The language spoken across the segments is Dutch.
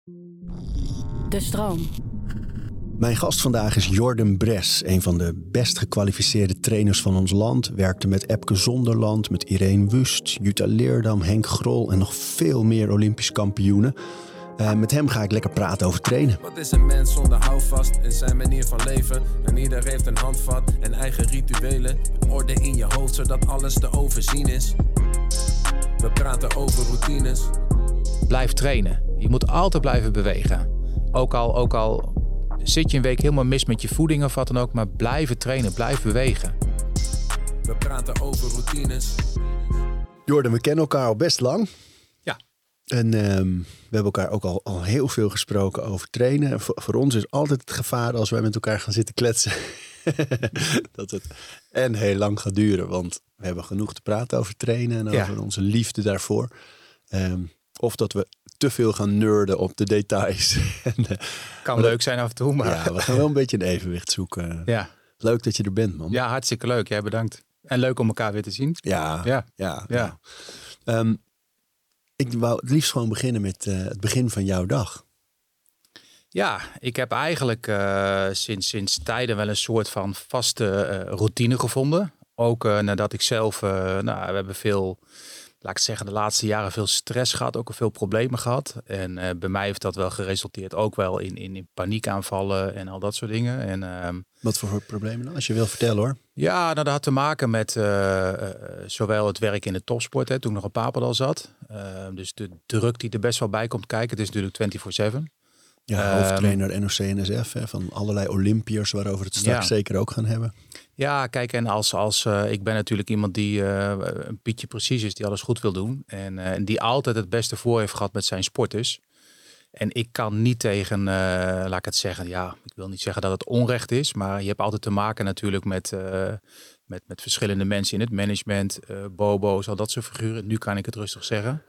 De stroom. Mijn gast vandaag is Jordan Bres, een van de best gekwalificeerde trainers van ons land. Werkte met Epke Zonderland, met Irene Wust, Jutta Leerdam, Henk Grol en nog veel meer Olympisch kampioenen. Met hem ga ik lekker praten over trainen. Wat is een mens zonder houvast in zijn manier van leven? En ieder heeft een handvat en eigen rituelen. Orde in je hoofd zodat alles te overzien is. We praten over routines. Blijf trainen. Je moet altijd blijven bewegen. Ook al zit je een week helemaal mis met je voeding of wat dan ook, maar blijven trainen, blijf bewegen. We praten over routines. Jordan, we kennen elkaar al best lang. Ja. En we hebben elkaar ook al heel veel gesproken over trainen. Voor ons is altijd het gevaar als wij met elkaar gaan zitten kletsen dat het en heel lang gaat duren. Want we hebben genoeg te praten over trainen en over onze liefde daarvoor. Of dat we te veel gaan nerden op de details. Kan leuk zijn af en toe, maar... Ja, we gaan wel een beetje een evenwicht zoeken. Ja. Leuk dat je er bent, man. Ja, hartstikke leuk. Jij bedankt. En leuk om elkaar weer te zien. Ja. Ik wou het liefst gewoon beginnen met het begin van jouw dag. Ja, ik heb eigenlijk sinds tijden wel een soort van vaste routine gevonden. Ook nadat ik zelf... we hebben veel... Laat ik zeggen, de laatste jaren veel stress gehad, ook veel problemen gehad. En bij mij heeft dat wel geresulteerd ook wel in paniekaanvallen en al dat soort dingen. En, wat voor problemen dan, als je wil vertellen hoor? Ja, nou, dat had te maken met zowel het werk in de topsport, toen ik nog op Papendal zat. Dus de druk die er best wel bij komt kijken. Het is natuurlijk 24/7. Ja, hoofdtrainer NOC-NSF, van allerlei Olympiërs waarover het straks zeker ook gaan hebben. Ja, kijk, en als ik ben natuurlijk iemand die een Pietje precies is, die alles goed wil doen. En die altijd het beste voor heeft gehad met zijn sporters. En ik kan niet tegen, laat ik het zeggen, ik wil niet zeggen dat het onrecht is. Maar je hebt altijd te maken natuurlijk met verschillende mensen in het management. Bobo's, al dat soort figuren. Nu kan ik het rustig zeggen.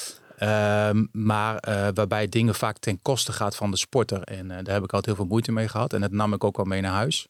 Waarbij dingen vaak ten koste gaat van de sporter. En daar heb ik altijd heel veel moeite mee gehad. En dat nam ik ook wel mee naar huis.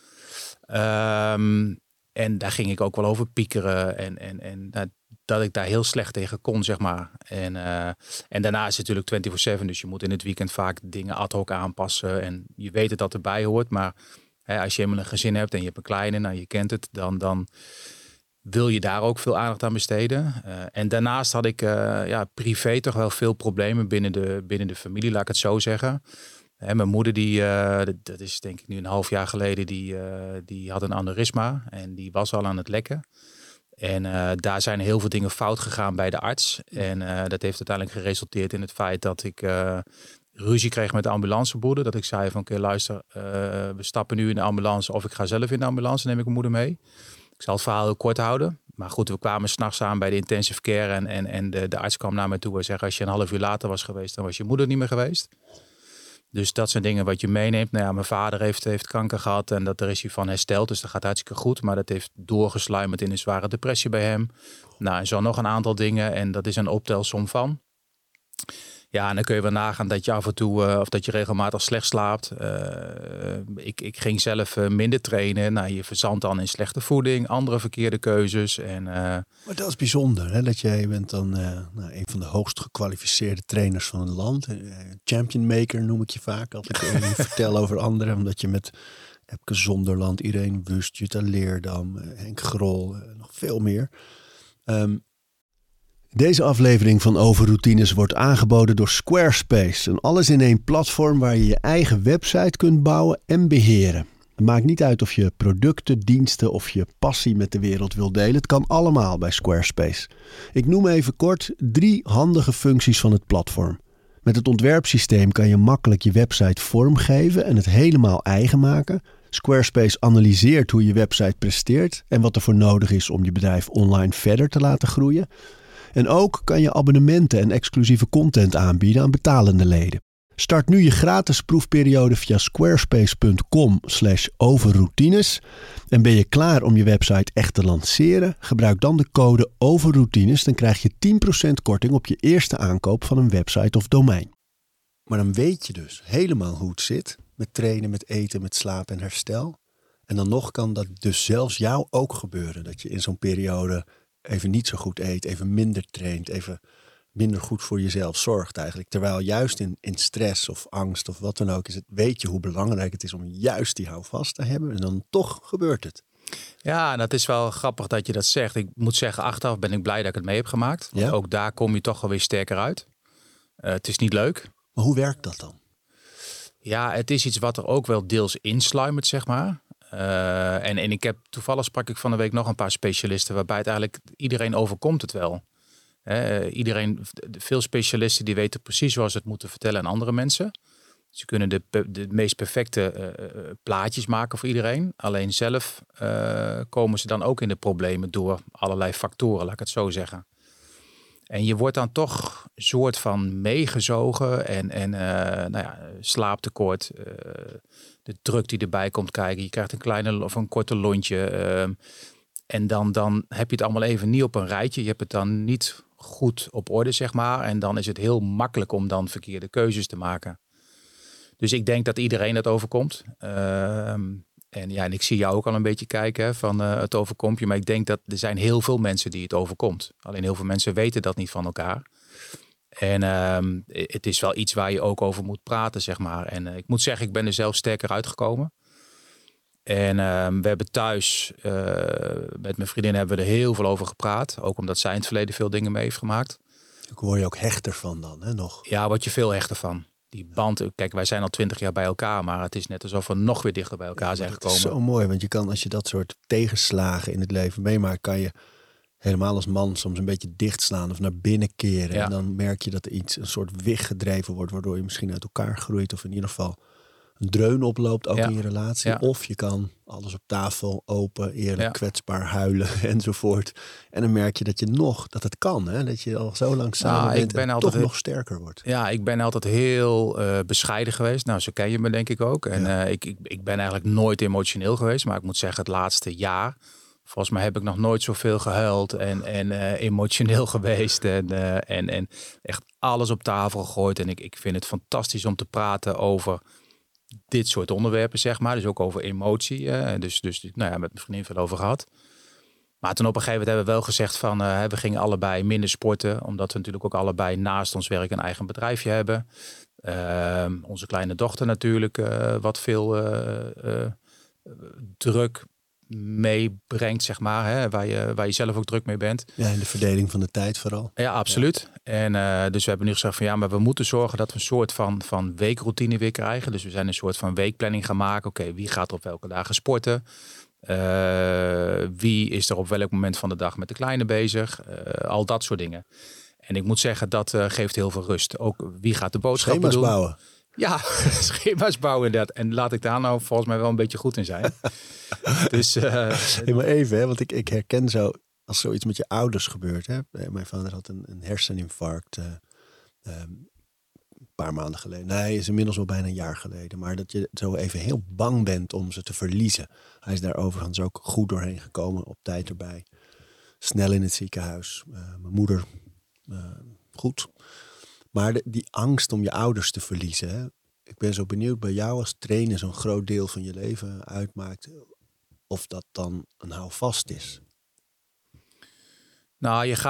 En daar ging ik ook wel over piekeren. En dat ik daar heel slecht tegen kon, zeg maar. En daarna is het natuurlijk 24/7. Dus je moet in het weekend vaak dingen ad hoc aanpassen. En je weet het dat erbij hoort. Maar als je helemaal een gezin hebt en je hebt een kleine, nou je kent het, dan wil je daar ook veel aandacht aan besteden. En daarnaast had ik privé toch wel veel problemen binnen de familie, laat ik het zo zeggen. Mijn moeder, dat is denk ik nu een half jaar geleden, die had een aneurysma en die was al aan het lekken. En daar zijn heel veel dingen fout gegaan bij de arts. En dat heeft uiteindelijk geresulteerd in het feit dat ik ruzie kreeg met de ambulanceboerder. Dat ik zei van oké, luister, we stappen nu in de ambulance of ik ga zelf in de ambulance, neem ik mijn moeder mee. Ik zal het verhaal heel kort houden. Maar goed, we kwamen 's nachts aan bij de intensive care en de arts kwam naar mij toe en zei, als je een half uur later was geweest, dan was je moeder niet meer geweest. Dus dat zijn dingen wat je meeneemt. Nou ja, mijn vader heeft kanker gehad en daar is hij van hersteld. Dus dat gaat hartstikke goed. Maar dat heeft doorgesluimerd in een zware depressie bij hem. Nou, en zo nog een aantal dingen. En dat is een optelsom van. Ja, en dan kun je wel nagaan dat je af en toe, of dat je regelmatig slecht slaapt. Ik ging zelf minder trainen. Nou, je verzandt dan in slechte voeding, andere verkeerde keuzes. Maar dat is bijzonder, hè? Dat jij bent dan een van de hoogst gekwalificeerde trainers van het land. Champion maker noem ik je vaak als ik vertel over anderen. Omdat je met Epke Zonderland, Irene Wust, Jutta Leerdam, Henk Grol, nog veel meer. Deze aflevering van Overroutines wordt aangeboden door Squarespace. Een alles-in-één platform waar je je eigen website kunt bouwen en beheren. Het maakt niet uit of je producten, diensten of je passie met de wereld wil delen. Het kan allemaal bij Squarespace. Ik noem even kort 3 handige functies van het platform. Met het ontwerpsysteem kan je makkelijk je website vormgeven en het helemaal eigen maken. Squarespace analyseert hoe je website presteert en wat er voor nodig is om je bedrijf online verder te laten groeien. En ook kan je abonnementen en exclusieve content aanbieden aan betalende leden. Start nu je gratis proefperiode via squarespace.com/overroutines. En ben je klaar om je website echt te lanceren? Gebruik dan de code overroutines. Dan krijg je 10% korting op je eerste aankoop van een website of domein. Maar dan weet je dus helemaal hoe het zit met trainen, met eten, met slaap en herstel. En dan nog kan dat dus zelfs jou ook gebeuren. Dat je in zo'n periode even niet zo goed eet, even minder traint, even minder goed voor jezelf zorgt eigenlijk. Terwijl juist in stress of angst of wat dan ook weet je hoe belangrijk het is om juist die houvast te hebben. En dan toch gebeurt het. Ja, en dat is wel grappig dat je dat zegt. Ik moet zeggen, achteraf ben ik blij dat ik het mee heb gemaakt. Want ook daar kom je toch wel weer sterker uit. Het is niet leuk. Maar hoe werkt dat dan? Ja, het is iets wat er ook wel deels insluimert, zeg maar. En ik heb toevallig sprak ik van de week nog een paar specialisten waarbij het eigenlijk iedereen overkomt het wel. Veel specialisten die weten precies zoals ze het moeten vertellen aan andere mensen. Ze kunnen de meest perfecte plaatjes maken voor iedereen. Alleen zelf komen ze dan ook in de problemen door allerlei factoren, laat ik het zo zeggen. En je wordt dan toch een soort van meegezogen en slaaptekort, de druk die erbij komt kijken. Je krijgt een kleine of een korte lontje. En dan heb je het allemaal even niet op een rijtje. Je hebt het dan niet goed op orde, zeg maar. En dan is het heel makkelijk om dan verkeerde keuzes te maken. Dus ik denk dat iedereen dat overkomt. En ik zie jou ook al een beetje kijken van het overkomt je. Maar ik denk dat er zijn heel veel mensen die het overkomt. Alleen heel veel mensen weten dat niet van elkaar. En het is wel iets waar je ook over moet praten, zeg maar. En ik moet zeggen, ik ben er zelf sterker uitgekomen. En we hebben thuis, met mijn vriendin hebben we er heel veel over gepraat. Ook omdat zij in het verleden veel dingen mee heeft gemaakt. Ik word je ook hechter van dan, hè, nog? Ja, word je veel hechter van. Die band, kijk, wij zijn al 20 jaar bij elkaar, maar het is net alsof we nog weer dichter bij elkaar zijn gekomen. Het is zo mooi, want je kan, als je dat soort tegenslagen in het leven meemaakt, kan je helemaal als man soms een beetje dichtslaan of naar binnen keren. Ja. En dan merk je dat er een soort wicht gedreven wordt, waardoor je misschien uit elkaar groeit of in ieder geval een dreun oploopt, ook in je relatie. Ja. Of je kan alles op tafel, open, eerlijk, kwetsbaar, huilen enzovoort. En dan merk je dat het kan. Hè? Dat je al zo lang samen bent en toch nog sterker wordt. Ja, ik ben altijd heel bescheiden geweest. Nou, zo ken je me denk ik ook. En ik ben eigenlijk nooit emotioneel geweest. Maar ik moet zeggen, het laatste jaar, volgens mij heb ik nog nooit zoveel gehuild en emotioneel geweest. En echt alles op tafel gegooid. En ik vind het fantastisch om te praten over dit soort onderwerpen, zeg maar. Dus ook over emotie. Dus met mijn vriendin veel over gehad. Maar toen op een gegeven moment hebben we wel gezegd van we gingen allebei minder sporten. Omdat we natuurlijk ook allebei naast ons werk een eigen bedrijfje hebben. Onze kleine dochter natuurlijk wat veel druk meebrengt, zeg maar. Hè, waar je zelf ook druk mee bent. Ja, in de verdeling van de tijd vooral. Ja, absoluut. Ja. En dus we hebben nu gezegd van ja, maar we moeten zorgen dat we een soort van weekroutine weer krijgen. Dus we zijn een soort van weekplanning gaan maken. Oké, wie gaat er op welke dagen sporten? Wie is er op welk moment van de dag met de kleine bezig? Al dat soort dingen. En ik moet zeggen, dat geeft heel veel rust. Ook wie gaat de boodschappen doen? Bouwen. Ja, schema's bouwen inderdaad. En laat ik daar nou volgens mij wel een beetje goed in zijn. Dus, maar even, hè, want ik herken zo, als zoiets met je ouders gebeurt. Hè. Mijn vader had een herseninfarct een paar maanden geleden. Nee, hij is inmiddels al bijna een jaar geleden. Maar dat je zo even heel bang bent om ze te verliezen. Hij is daar overigens ook goed doorheen gekomen, op tijd erbij. Snel in het ziekenhuis. Mijn moeder goed. Maar die angst om je ouders te verliezen. Hè? Ik ben zo benieuwd bij jou als trainer zo'n groot deel van je leven uitmaakt. Of dat dan een houvast is. Nou, je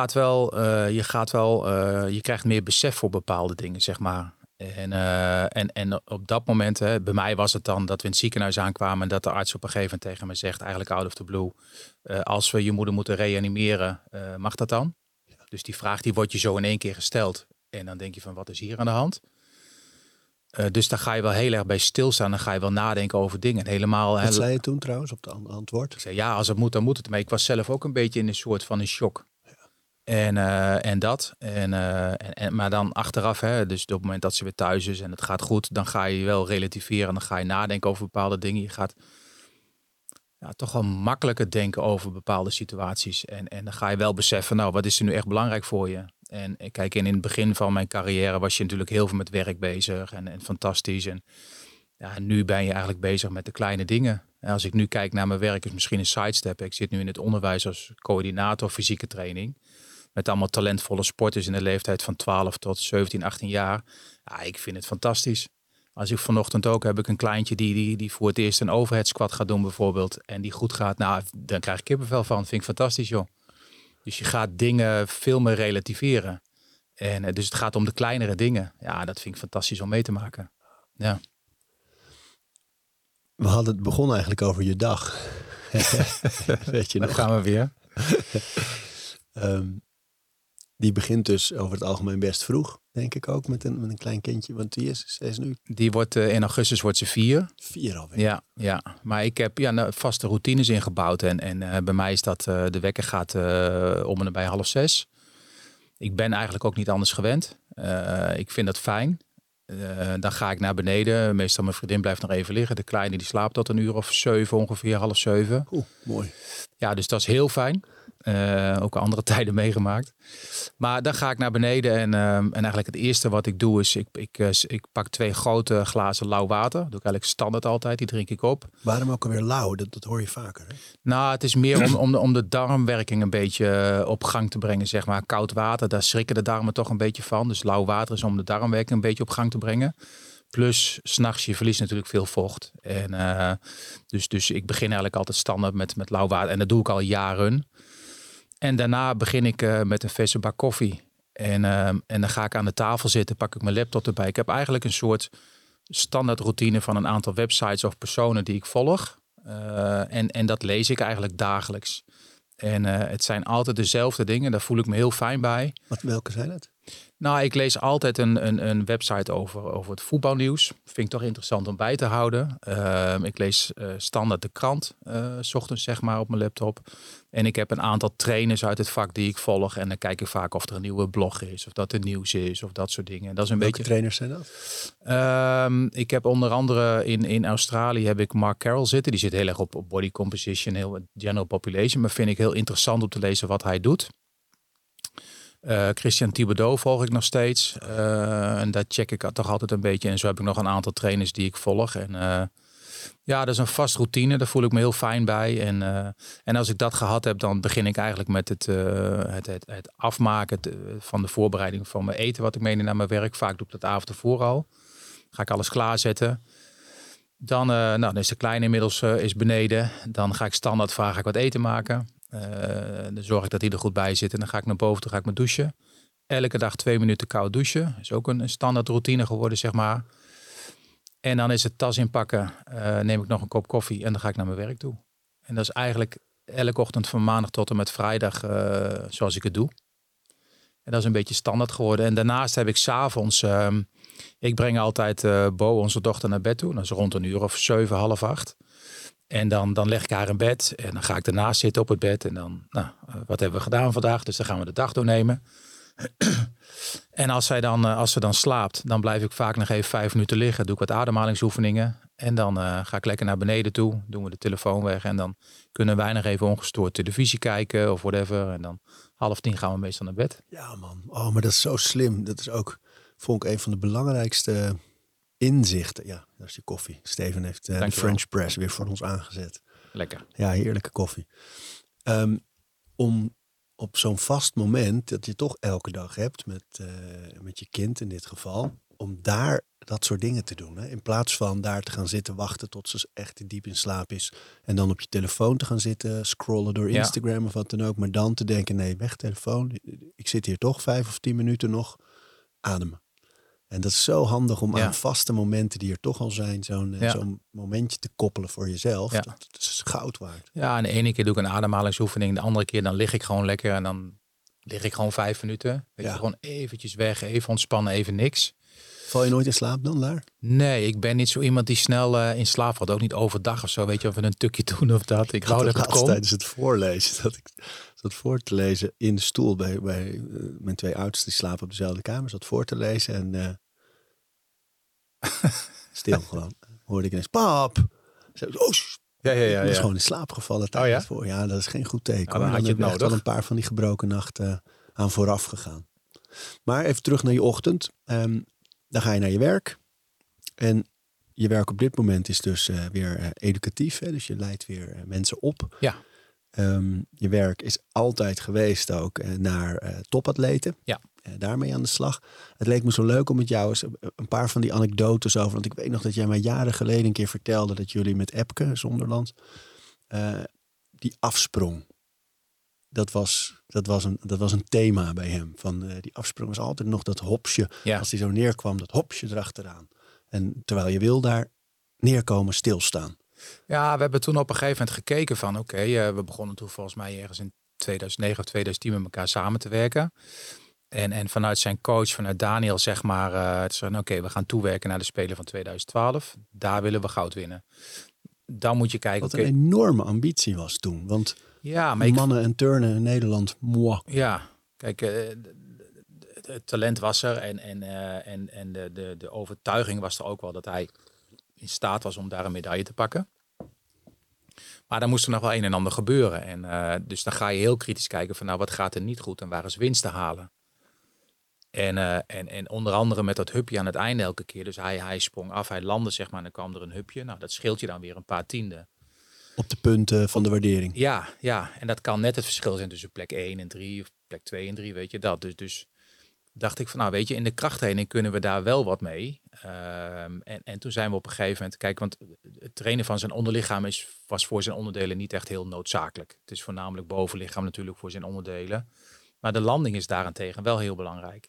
krijgt meer besef voor bepaalde dingen, zeg maar. En op dat moment, bij mij was het dan dat we in het ziekenhuis aankwamen en dat de arts op een gegeven moment tegen me zegt, eigenlijk out of the blue, als we je moeder moeten reanimeren, mag dat dan? Ja. Dus die vraag die wordt je zo in één keer gesteld. En dan denk je van, wat is hier aan de hand? Dus daar ga je wel heel erg bij stilstaan. Dan ga je wel nadenken over dingen. Helemaal. Wat zei je toen trouwens op de antwoord? Ik zei, ja, als het moet, dan moet het. Maar ik was zelf ook een beetje in een soort van een shock. Ja. En dat. Maar dan achteraf, dus op het moment dat ze weer thuis is en het gaat goed, dan ga je wel relativeren. En dan ga je nadenken over bepaalde dingen. Je gaat toch wel makkelijker denken over bepaalde situaties. En dan ga je wel beseffen, nou, wat is er nu echt belangrijk voor je? En kijk, in het begin van mijn carrière was je natuurlijk heel veel met werk bezig en fantastisch. En nu ben je eigenlijk bezig met de kleine dingen. En als ik nu kijk naar mijn werk, is misschien een sidestep. Ik zit nu in het onderwijs als coördinator fysieke training. Met allemaal talentvolle sporters in de leeftijd van 12 tot 17, 18 jaar. Ja, ik vind het fantastisch. Als ik vanochtend ook heb ik een kleintje die voor het eerst een overhead squat gaat doen bijvoorbeeld. En die goed gaat, nou, dan krijg ik kippenvel van. Vind ik fantastisch, joh. Dus je gaat dingen veel meer relativeren. En dus het gaat om de kleinere dingen. Ja, dat vind ik fantastisch om mee te maken. Ja. We hadden het begonnen eigenlijk over je dag. Weet je nog? Dan gaan we weer. Die begint dus over het algemeen best vroeg, denk ik ook, met een klein kindje. Want die is nu... Die wordt in augustus wordt ze 4. 4 alweer. Ja. Maar ik heb vaste routines ingebouwd. En bij mij is dat de wekker gaat om en bij 5:30. Ik ben eigenlijk ook niet anders gewend. Ik vind dat fijn. Dan ga ik naar beneden. Meestal mijn vriendin blijft nog even liggen. De kleine die slaapt tot 6:00 ongeveer, 6:30. Oeh, mooi. Ja, dus dat is heel fijn. Ook andere tijden meegemaakt. Maar dan ga ik naar beneden en eigenlijk het eerste wat ik doe is... Ik pak 2 grote glazen lauw water. Dat doe ik eigenlijk standaard altijd. Die drink ik op. Waarom ook alweer lauw? Dat hoor je vaker, hè? Nou, het is meer om de darmwerking een beetje op gang te brengen, zeg maar. Koud water, daar schrikken de darmen toch een beetje van. Dus lauw water is om de darmwerking een beetje op gang te brengen. Plus, 's nachts, je verliest natuurlijk veel vocht. En dus ik begin eigenlijk altijd standaard met lauw water. En dat doe ik al jaren. En daarna begin ik met een verse bak koffie. En dan ga ik aan de tafel zitten, pak ik mijn laptop erbij. Ik heb eigenlijk een soort standaard routine van een aantal websites of personen die ik volg. En dat lees ik eigenlijk dagelijks. En het zijn altijd dezelfde dingen, daar voel ik me heel fijn bij. Welke zijn het? Nou, ik lees altijd een website over het voetbalnieuws. Vind ik toch interessant om bij te houden. Ik lees standaard de krant, 's ochtends zeg maar op mijn laptop. En ik heb een aantal trainers uit het vak die ik volg. En dan kijk ik vaak of er een nieuwe blog is, of dat er nieuws is, of dat soort dingen. Dat is een Welke beetje... trainers zijn dat? Ik heb onder andere in Australië heb ik Mark Carroll zitten. Die zit heel erg op body composition, heel general population. Maar vind ik heel interessant om te lezen wat hij doet. Christian Thibaudeau volg ik nog steeds. En daar check ik toch altijd een beetje. En zo heb ik nog een aantal trainers die ik volg. En dat is een vast routine. Daar voel ik me heel fijn bij. En als ik dat gehad heb, dan begin ik eigenlijk met het afmaken van de voorbereiding van mijn eten. Wat ik meeneem naar mijn werk. Vaak doe ik dat avond ervoor al. Ga ik alles klaarzetten. Dan is de kleine inmiddels is beneden. Dan ga ik standaard vragen, ga ik wat eten maken. Dan zorg ik dat hij er goed bij zit. En dan ga ik naar boven, dan ga ik me douchen. Elke dag 2 minuten koud douchen. Is ook een standaard routine geworden, zeg maar. En dan is het tas inpakken. Neem ik nog een kop koffie en dan ga ik naar mijn werk toe. En dat is eigenlijk elke ochtend van maandag tot en met vrijdag zoals ik het doe. En dat is een beetje standaard geworden. En daarnaast heb ik 's avonds... ik breng altijd Bo, onze dochter, naar bed toe. Dat is rond 7:00, 7:30. En dan leg ik haar in bed. En dan ga ik daarnaast zitten op het bed. En dan, wat hebben we gedaan vandaag? Dus dan gaan we de dag doornemen. En als ze dan slaapt, dan blijf ik vaak nog even 5 minuten liggen. Doe ik wat ademhalingsoefeningen. En dan ga ik lekker naar beneden toe. Doen we de telefoon weg. En dan kunnen wij nog even ongestoord televisie kijken of whatever. En dan 9:30 gaan we meestal naar bed. Ja man, maar dat is zo slim. Dat is ook, vond ik, een van de belangrijkste inzichten. Ja, dat is je koffie. Steven heeft de French press weer voor ons aangezet. Lekker. Ja, heerlijke koffie. Om op zo'n vast moment dat je toch elke dag hebt met je kind in dit geval, om daar dat soort dingen te doen. Hè? In plaats van daar te gaan zitten wachten tot ze echt diep in slaap is. En dan op je telefoon te gaan zitten, scrollen door Instagram of wat dan ook. Maar dan te denken, nee, weg telefoon. Ik zit hier toch 5 of 10 minuten nog. Ademen. En dat is zo handig om aan vaste momenten die er toch al zijn, zo'n momentje te koppelen voor jezelf. Ja. Dat is goud waard. Ja, en de ene keer doe ik een ademhalingsoefening. De andere keer dan lig ik gewoon lekker en dan lig ik gewoon 5 minuten. Weet je, gewoon eventjes weg, even ontspannen, even niks. Val je nooit in slaap dan daar? Nee, ik ben niet zo iemand die snel in slaap valt. Ook niet overdag of zo. Weet je, of we een tukje doen of dat. Ik hou dat het komt. Tijdens het voorlezen. Dat ik zat voor te lezen in de stoel bij mijn 2 oudsten. Die slapen op dezelfde kamer. Zat voor te lezen en stil gewoon. Hoorde ik ineens, pap. Ja. Was gewoon in slaap gevallen. Voor. Ja, dat is geen goed teken. Dan had je het nodig. Wel een paar van die gebroken nachten aan vooraf gegaan. Maar even terug naar je ochtend. Dan ga je naar je werk. En je werk op dit moment is dus weer educatief. Hè? Dus je leidt weer mensen op. Ja. Je werk is altijd geweest ook naar topatleten. Ja. Daarmee aan de slag. Het leek me zo leuk om met jou eens een paar van die anekdotes over. Want ik weet nog dat jij mij jaren geleden een keer vertelde dat jullie met Epke Zonderland die afsprong. dat was een thema bij hem. Van die afsprong was altijd nog dat hopsje. Ja. Als hij zo neerkwam, dat hopsje erachteraan. En terwijl je wil daar neerkomen, stilstaan. Ja, we hebben toen op een gegeven moment gekeken van we begonnen toen volgens mij ergens in 2009 of 2010 met elkaar samen te werken. En vanuit zijn coach, vanuit Daniel, zeg maar, we gaan toewerken naar de Spelen van 2012. Daar willen we goud winnen. Dan moet je kijken. Wat een enorme ambitie was toen. Want ja, maar mannen en turnen in Nederland, moi. Ja, kijk, het talent was er en de overtuiging was er ook wel dat hij in staat was om daar een medaille te pakken. Maar dan moest er nog wel een en ander gebeuren. En dus dan ga je heel kritisch kijken van wat gaat er niet goed en waar is winst te halen. En onder andere met dat hupje aan het einde elke keer. Dus hij sprong af, hij landde zeg maar en dan kwam er een hupje. Nou, dat scheelt je dan weer een paar tienden. Op de punten van de waardering. Ja. En dat kan net het verschil zijn tussen plek 1 en 3 of plek 2 en 3, weet je dat. Dus dacht ik van in de krachttraining kunnen we daar wel wat mee. En toen zijn we op een gegeven moment, kijk, want het trainen van zijn onderlichaam was voor zijn onderdelen niet echt heel noodzakelijk. Het is voornamelijk bovenlichaam natuurlijk voor zijn onderdelen. Maar de landing is daarentegen wel heel belangrijk.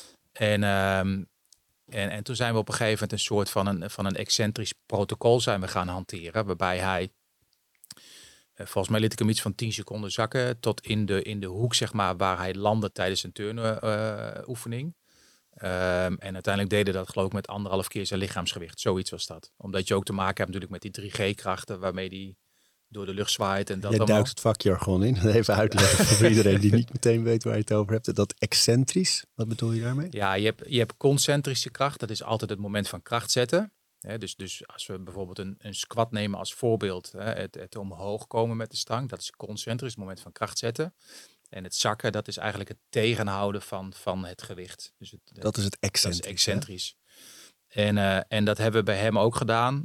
En toen zijn we op een gegeven moment een soort van een excentrisch protocol zijn we gaan hanteren. Waarbij hij, volgens mij liet ik hem iets van 10 seconden zakken tot in de hoek zeg maar waar hij landde tijdens een turnoefening. En uiteindelijk deden dat geloof ik met 1,5 keer zijn lichaamsgewicht. Zoiets was dat. Omdat je ook te maken hebt natuurlijk met die 3G-krachten waarmee die door de lucht zwaait. En dat jij duikt het vakjargon in. Even uitleggen voor iedereen die niet meteen weet waar je het over hebt. Dat excentrisch, wat bedoel je daarmee? Ja, je hebt concentrische kracht. Dat is altijd het moment van kracht zetten. Dus als we bijvoorbeeld een squat nemen als voorbeeld. Het omhoog komen met de stang. Dat is concentrisch, het moment van kracht zetten. En het zakken, dat is eigenlijk het tegenhouden van het gewicht. Dus dat is het excentrisch. Dat is excentrisch. En dat hebben we bij hem ook gedaan.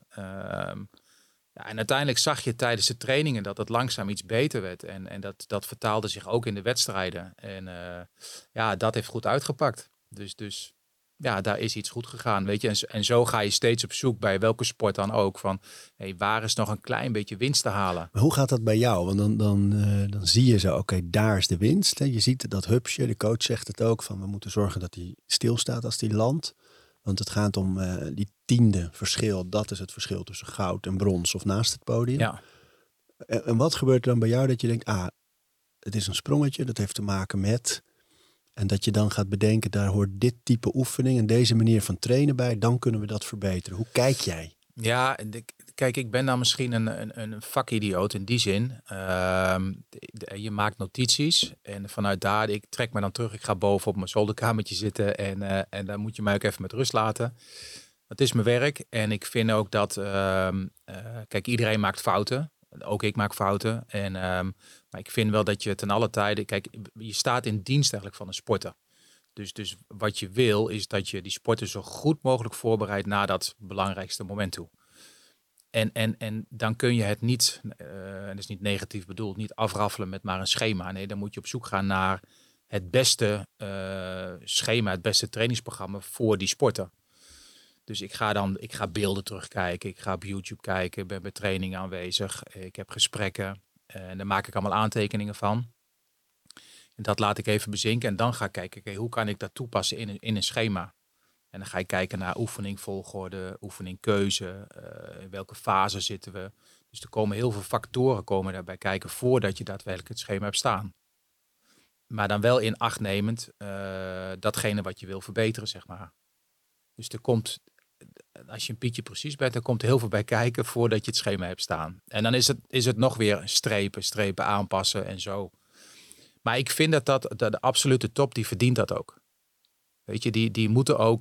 En uiteindelijk zag je tijdens de trainingen dat het langzaam iets beter werd. En dat vertaalde zich ook in de wedstrijden. En dat heeft goed uitgepakt. Dus daar is iets goed gegaan. Weet je? En zo ga je steeds op zoek bij welke sport dan ook. Van waar is nog een klein beetje winst te halen? Maar hoe gaat dat bij jou? Want dan zie je zo, daar is de winst. Hè? Je ziet dat hupsje, de coach zegt het ook. Van we moeten zorgen dat hij stilstaat als hij landt. Want het gaat om die 10e verschil. Dat is het verschil tussen goud en brons of naast het podium. Ja. En wat gebeurt er dan bij jou dat je denkt, het is een sprongetje, dat heeft te maken met... En dat je dan gaat bedenken, daar hoort dit type oefening en deze manier van trainen bij. Dan kunnen we dat verbeteren. Hoe kijk jij? Ja, kijk, ik ben dan misschien een vakidioot in die zin. Je maakt notities en vanuit daar, ik trek me dan terug. Ik ga boven op mijn zolderkamertje zitten en dan moet je mij ook even met rust laten. Dat is mijn werk en ik vind ook dat, kijk, iedereen maakt fouten. Ook ik maak fouten. Maar ik vind wel dat je ten alle tijde... Kijk, je staat in dienst eigenlijk van een sporter. Dus wat je wil is dat je die sporter zo goed mogelijk voorbereidt naar dat belangrijkste moment toe. En dan kun je het niet, en dat is niet negatief bedoeld, niet afraffelen met maar een schema. Nee, dan moet je op zoek gaan naar het beste schema, het beste trainingsprogramma voor die sporter. Dus ik ga beelden terugkijken, ik ga op YouTube kijken, ik ben bij trainingen aanwezig, ik heb gesprekken en daar maak ik allemaal aantekeningen van. En dat laat ik even bezinken en dan ga ik kijken, hoe kan ik dat toepassen in een schema? En dan ga ik kijken naar oefening, volgorde, oefening, keuze, in welke fase zitten we. Dus er komen heel veel factoren daarbij kijken voordat je daadwerkelijk het schema hebt staan. Maar dan wel in acht nemend datgene wat je wil verbeteren, zeg maar. Dus er komt, als je een pietje precies bent, dan komt er heel veel bij kijken voordat je het schema hebt staan. En dan is het nog weer strepen aanpassen en zo. Maar ik vind dat de absolute top, die verdient dat ook. Weet je, die moeten ook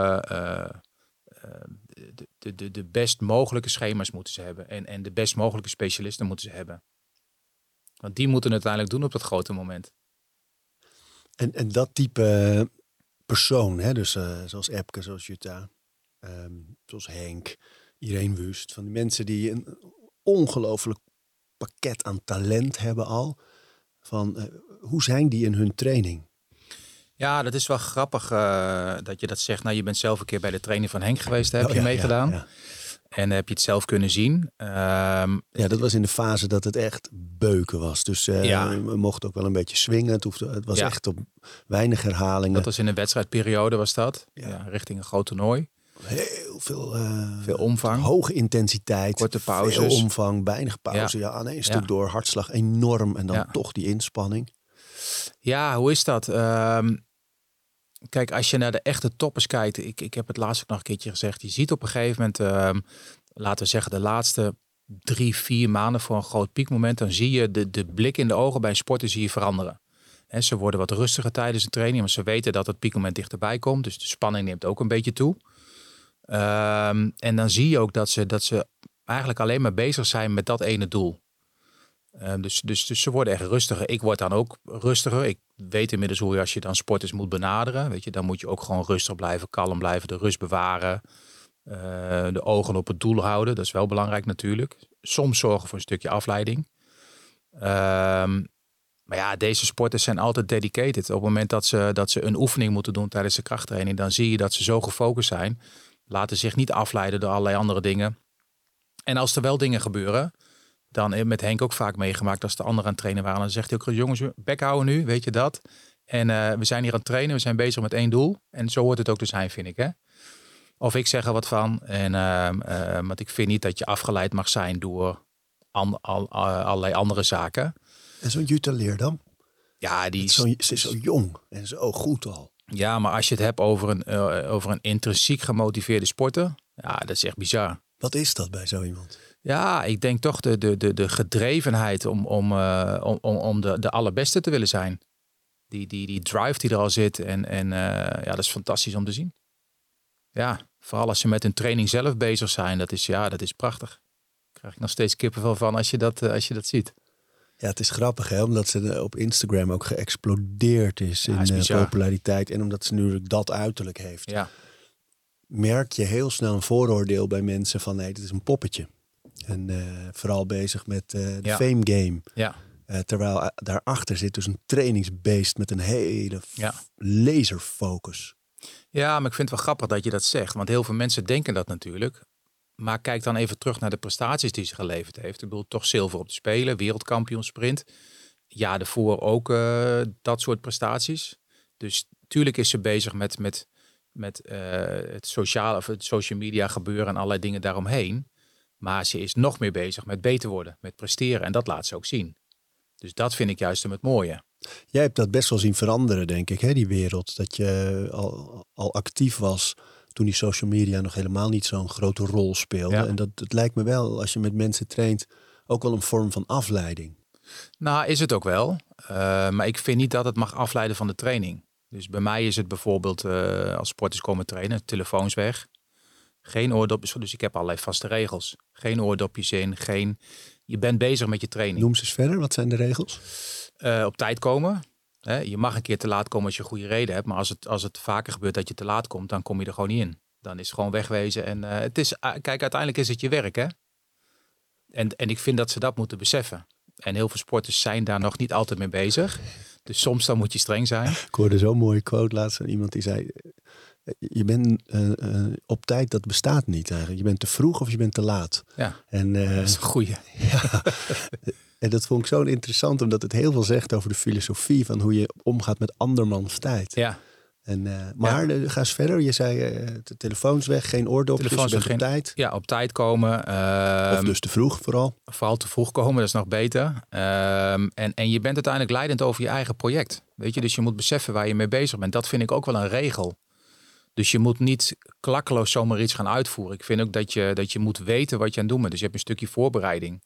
de best mogelijke schema's moeten ze hebben. En de best mogelijke specialisten moeten ze hebben. Want die moeten het uiteindelijk doen op dat grote moment. En dat type persoon, hè? Dus zoals Epke, zoals Jutta, zoals Henk, Irene Wust. Van die mensen die een ongelooflijk pakket aan talent hebben al. Hoe zijn die in hun training? Ja, dat is wel grappig dat je dat zegt. Nou, je bent zelf een keer bij de training van Henk geweest, daar heb je meegedaan. En heb je het zelf kunnen zien. Dat was in de fase dat het echt beuken was. Dus we mochten ook wel een beetje swingen. Het was echt op weinig herhalingen. Dat was in een wedstrijdperiode was dat. Ja, richting een groot toernooi. Heel veel, veel omvang. Hoge intensiteit. Korte pauzes. Veel omvang, weinig pauze. Ja, aan één stuk door. Hartslag enorm. En dan toch die inspanning. Ja, hoe is dat? Kijk, als je naar de echte toppers kijkt. Ik heb het laatst ook nog een keertje gezegd. Je ziet op een gegeven moment, laten we zeggen de laatste 3-4 maanden voor een groot piekmoment. Dan zie je de blik in de ogen bij een sporter zie je veranderen. En ze worden wat rustiger tijdens de training. Maar ze weten dat het piekmoment dichterbij komt. Dus de spanning neemt ook een beetje toe. En dan zie je ook dat ze eigenlijk alleen maar bezig zijn met dat ene doel. Dus ze worden echt rustiger. Ik word dan ook rustiger. Ik weet inmiddels hoe je als je dan sporters moet benaderen. Weet je, dan moet je ook gewoon rustig blijven, kalm blijven, de rust bewaren. De ogen op het doel houden. Dat is wel belangrijk natuurlijk. Soms zorgen voor een stukje afleiding. Maar ja, deze sporters zijn altijd dedicated. Op het moment dat ze een oefening moeten doen tijdens de krachttraining, dan zie je dat ze zo gefocust zijn. Laten zich niet afleiden door allerlei andere dingen. En als er wel dingen gebeuren, dan met Henk ook vaak meegemaakt als de anderen aan het trainen waren. Dan zegt hij ook, jongens, bek houden nu, weet je dat? En we zijn hier aan het trainen, we zijn bezig met één doel. En zo hoort het ook te zijn, vind ik. Hè? Of ik zeg er wat van. Want ik vind niet dat je afgeleid mag zijn door allerlei andere zaken. En zo'n Jutta Leerdam? Ja, ze is zo jong en zo goed al. Ja, maar als je het hebt over een intrinsiek gemotiveerde sporter, ja, dat is echt bizar. Wat is dat bij zo iemand? Ja, ik denk toch de gedrevenheid om de allerbeste te willen zijn. Die drive die er al zit. En dat is fantastisch om te zien. Ja, vooral als ze met hun training zelf bezig zijn. Dat is prachtig. Daar krijg ik nog steeds kippenvel van als je dat ziet. Ja, het is grappig hè, omdat ze op Instagram ook geëxplodeerd is in populariteit. En omdat ze nu dat uiterlijk heeft. Ja. Merk je heel snel een vooroordeel bij mensen van nee, dit is een poppetje. En vooral bezig met de fame game. Ja. Terwijl daarachter zit dus een trainingsbeest met een hele laserfocus. Ja, maar ik vind het wel grappig dat je dat zegt. Want heel veel mensen denken dat natuurlijk. Maar kijk dan even terug naar de prestaties die ze geleverd heeft. Ik bedoel, toch zilver op de Spelen, wereldkampioen sprint. Ja, daarvoor ook dat soort prestaties. Dus tuurlijk is ze bezig met het sociale of het social media gebeuren en allerlei dingen daaromheen. Maar ze is nog meer bezig met beter worden, met presteren. En dat laat ze ook zien. Dus dat vind ik juist het mooie. Jij hebt dat best wel zien veranderen, denk ik, hè, die wereld. Dat je al actief was toen die social media nog helemaal niet zo'n grote rol speelde. Ja. En het lijkt me wel, als je met mensen traint, ook wel een vorm van afleiding. Nou, is het ook wel. Maar ik vind niet dat het mag afleiden van de training. Dus bij mij is het bijvoorbeeld, als sporters komen trainen, telefoons weg. Geen oordopjes, dus ik heb allerlei vaste regels. Geen oordopjes in, je bent bezig met je training. Noem ze eens verder, wat zijn de regels? Op tijd komen. Je mag een keer te laat komen als je een goede reden hebt. Maar als het vaker gebeurt dat je te laat komt, dan kom je er gewoon niet in. Dan is het gewoon wegwezen. En kijk, uiteindelijk is het je werk, hè. En ik vind dat ze dat moeten beseffen. En heel veel sporters zijn daar nog niet altijd mee bezig. Dus soms dan moet je streng zijn. Ik hoorde zo'n mooie quote laatst van iemand die zei, je bent op tijd, dat bestaat niet eigenlijk. Je bent te vroeg of je bent te laat. Ja, en, dat is een goeie. Ja, en dat vond ik zo interessant, omdat het heel veel zegt over de filosofie van hoe je omgaat met andermans tijd. Ja. Maar ga eens verder. Je zei de telefoons weg, geen oordopjes, je bent op tijd. Ja, op tijd komen. Of dus te vroeg vooral. Vooral te vroeg komen, dat is nog beter. En je bent uiteindelijk leidend over je eigen project. Weet je, dus je moet beseffen waar je mee bezig bent. Dat vind ik ook wel een regel. Dus je moet niet klakkeloos zomaar iets gaan uitvoeren. Ik vind ook dat je moet weten wat je aan het doen bent. Dus je hebt een stukje voorbereiding.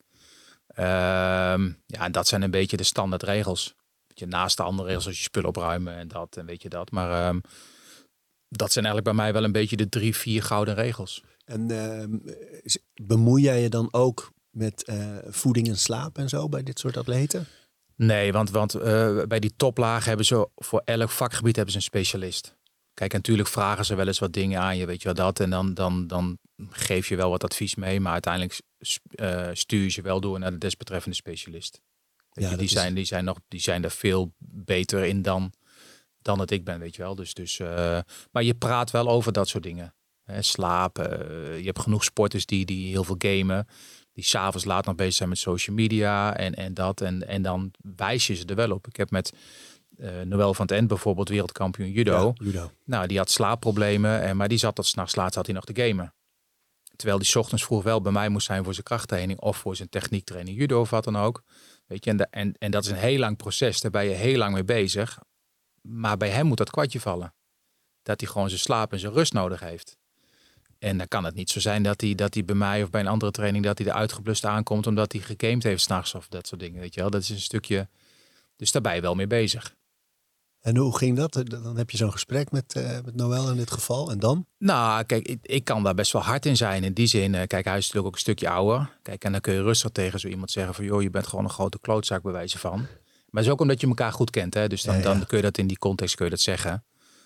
En dat zijn een beetje de standaard regels. Naast de andere regels als je spullen opruimen en dat en weet je dat. Maar dat zijn eigenlijk bij mij wel een beetje de 3-4 gouden regels. En bemoei jij je dan ook met voeding en slaap en zo bij dit soort atleten? Nee, want bij die toplaag hebben ze voor elk vakgebied hebben ze een specialist. Kijk, natuurlijk vragen ze wel eens wat dingen aan je, weet je wat dat. En dan geef je wel wat advies mee. Maar uiteindelijk stuur je ze wel door naar de desbetreffende specialist. Ja, die zijn er veel beter in dan dat ik ben, weet je wel. Maar je praat wel over dat soort dingen. Slaap. Je hebt genoeg sporters die heel veel gamen. Die 's avonds laat nog bezig zijn met social media en dat. En dan wijs je ze er wel op. Ik heb met Noël van het End bijvoorbeeld, wereldkampioen judo. Ja, judo. Nou, die had slaapproblemen. Maar die zat tot 's nachts laat zat hij nog te gamen. Terwijl die 's ochtends vroeg wel bij mij moest zijn voor zijn krachttraining. Of voor zijn techniektraining judo of wat dan ook. Weet je, en dat is een heel lang proces. Daar ben je heel lang mee bezig. Maar bij hem moet dat kwartje vallen. Dat hij gewoon zijn slaap en zijn rust nodig heeft. En dan kan het niet zo zijn dat hij bij mij of bij een andere training dat hij er uitgeblust aankomt omdat hij gegamed heeft 's nachts of dat soort dingen. Weet je wel, dat is een stukje. Dus daar ben je wel mee bezig. En hoe ging dat? Dan heb je zo'n gesprek met Noël in dit geval. En dan? Nou, kijk, ik kan daar best wel hard in zijn. In die zin, kijk, hij is natuurlijk ook een stukje ouder. Kijk, en dan kun je rustig tegen zo iemand zeggen van, joh, je bent gewoon een grote klootzak bij wijze van. Maar het is ook omdat je elkaar goed kent, hè. Dus dan kun je dat in die context kun je dat zeggen.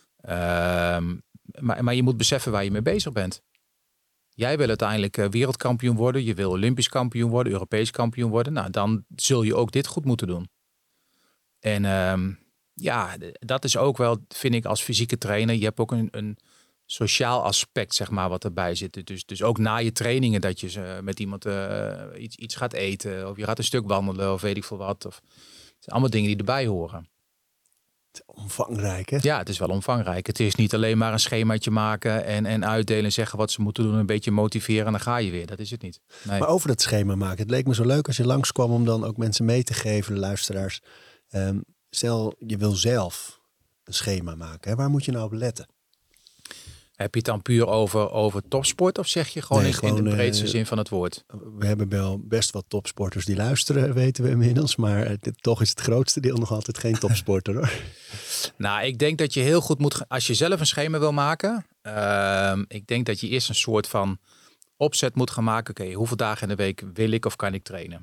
Maar je moet beseffen waar je mee bezig bent. Jij wil uiteindelijk wereldkampioen worden. Je wil Olympisch kampioen worden, Europees kampioen worden. Nou, dan zul je ook dit goed moeten doen. En dat is ook wel, vind ik, als fysieke trainer. Je hebt ook een sociaal aspect, zeg maar, wat erbij zit. Dus ook na je trainingen dat je met iemand iets gaat eten. Of je gaat een stuk wandelen of weet ik veel wat. Het zijn allemaal dingen die erbij horen. Omvangrijk, hè? Ja, het is wel omvangrijk. Het is niet alleen maar een schemaatje maken en uitdelen en zeggen wat ze moeten doen. Een beetje motiveren en dan ga je weer. Dat is het niet. Nee. Maar over dat schema maken. Het leek me zo leuk als je langskwam om dan ook mensen mee te geven, de luisteraars. Stel, je wil zelf een schema maken. Hè? Waar moet je nou op letten? Heb je het dan puur over topsport of zeg je gewoon, in de breedste zin van het woord? We hebben wel best wat topsporters die luisteren, weten we inmiddels. Maar toch is het grootste deel nog altijd geen topsporter, hoor. Nou, ik denk dat je heel goed moet, als je zelf een schema wil maken. Ik denk dat je eerst een soort van opzet moet gaan maken. Oké, hoeveel dagen in de week wil ik of kan ik trainen?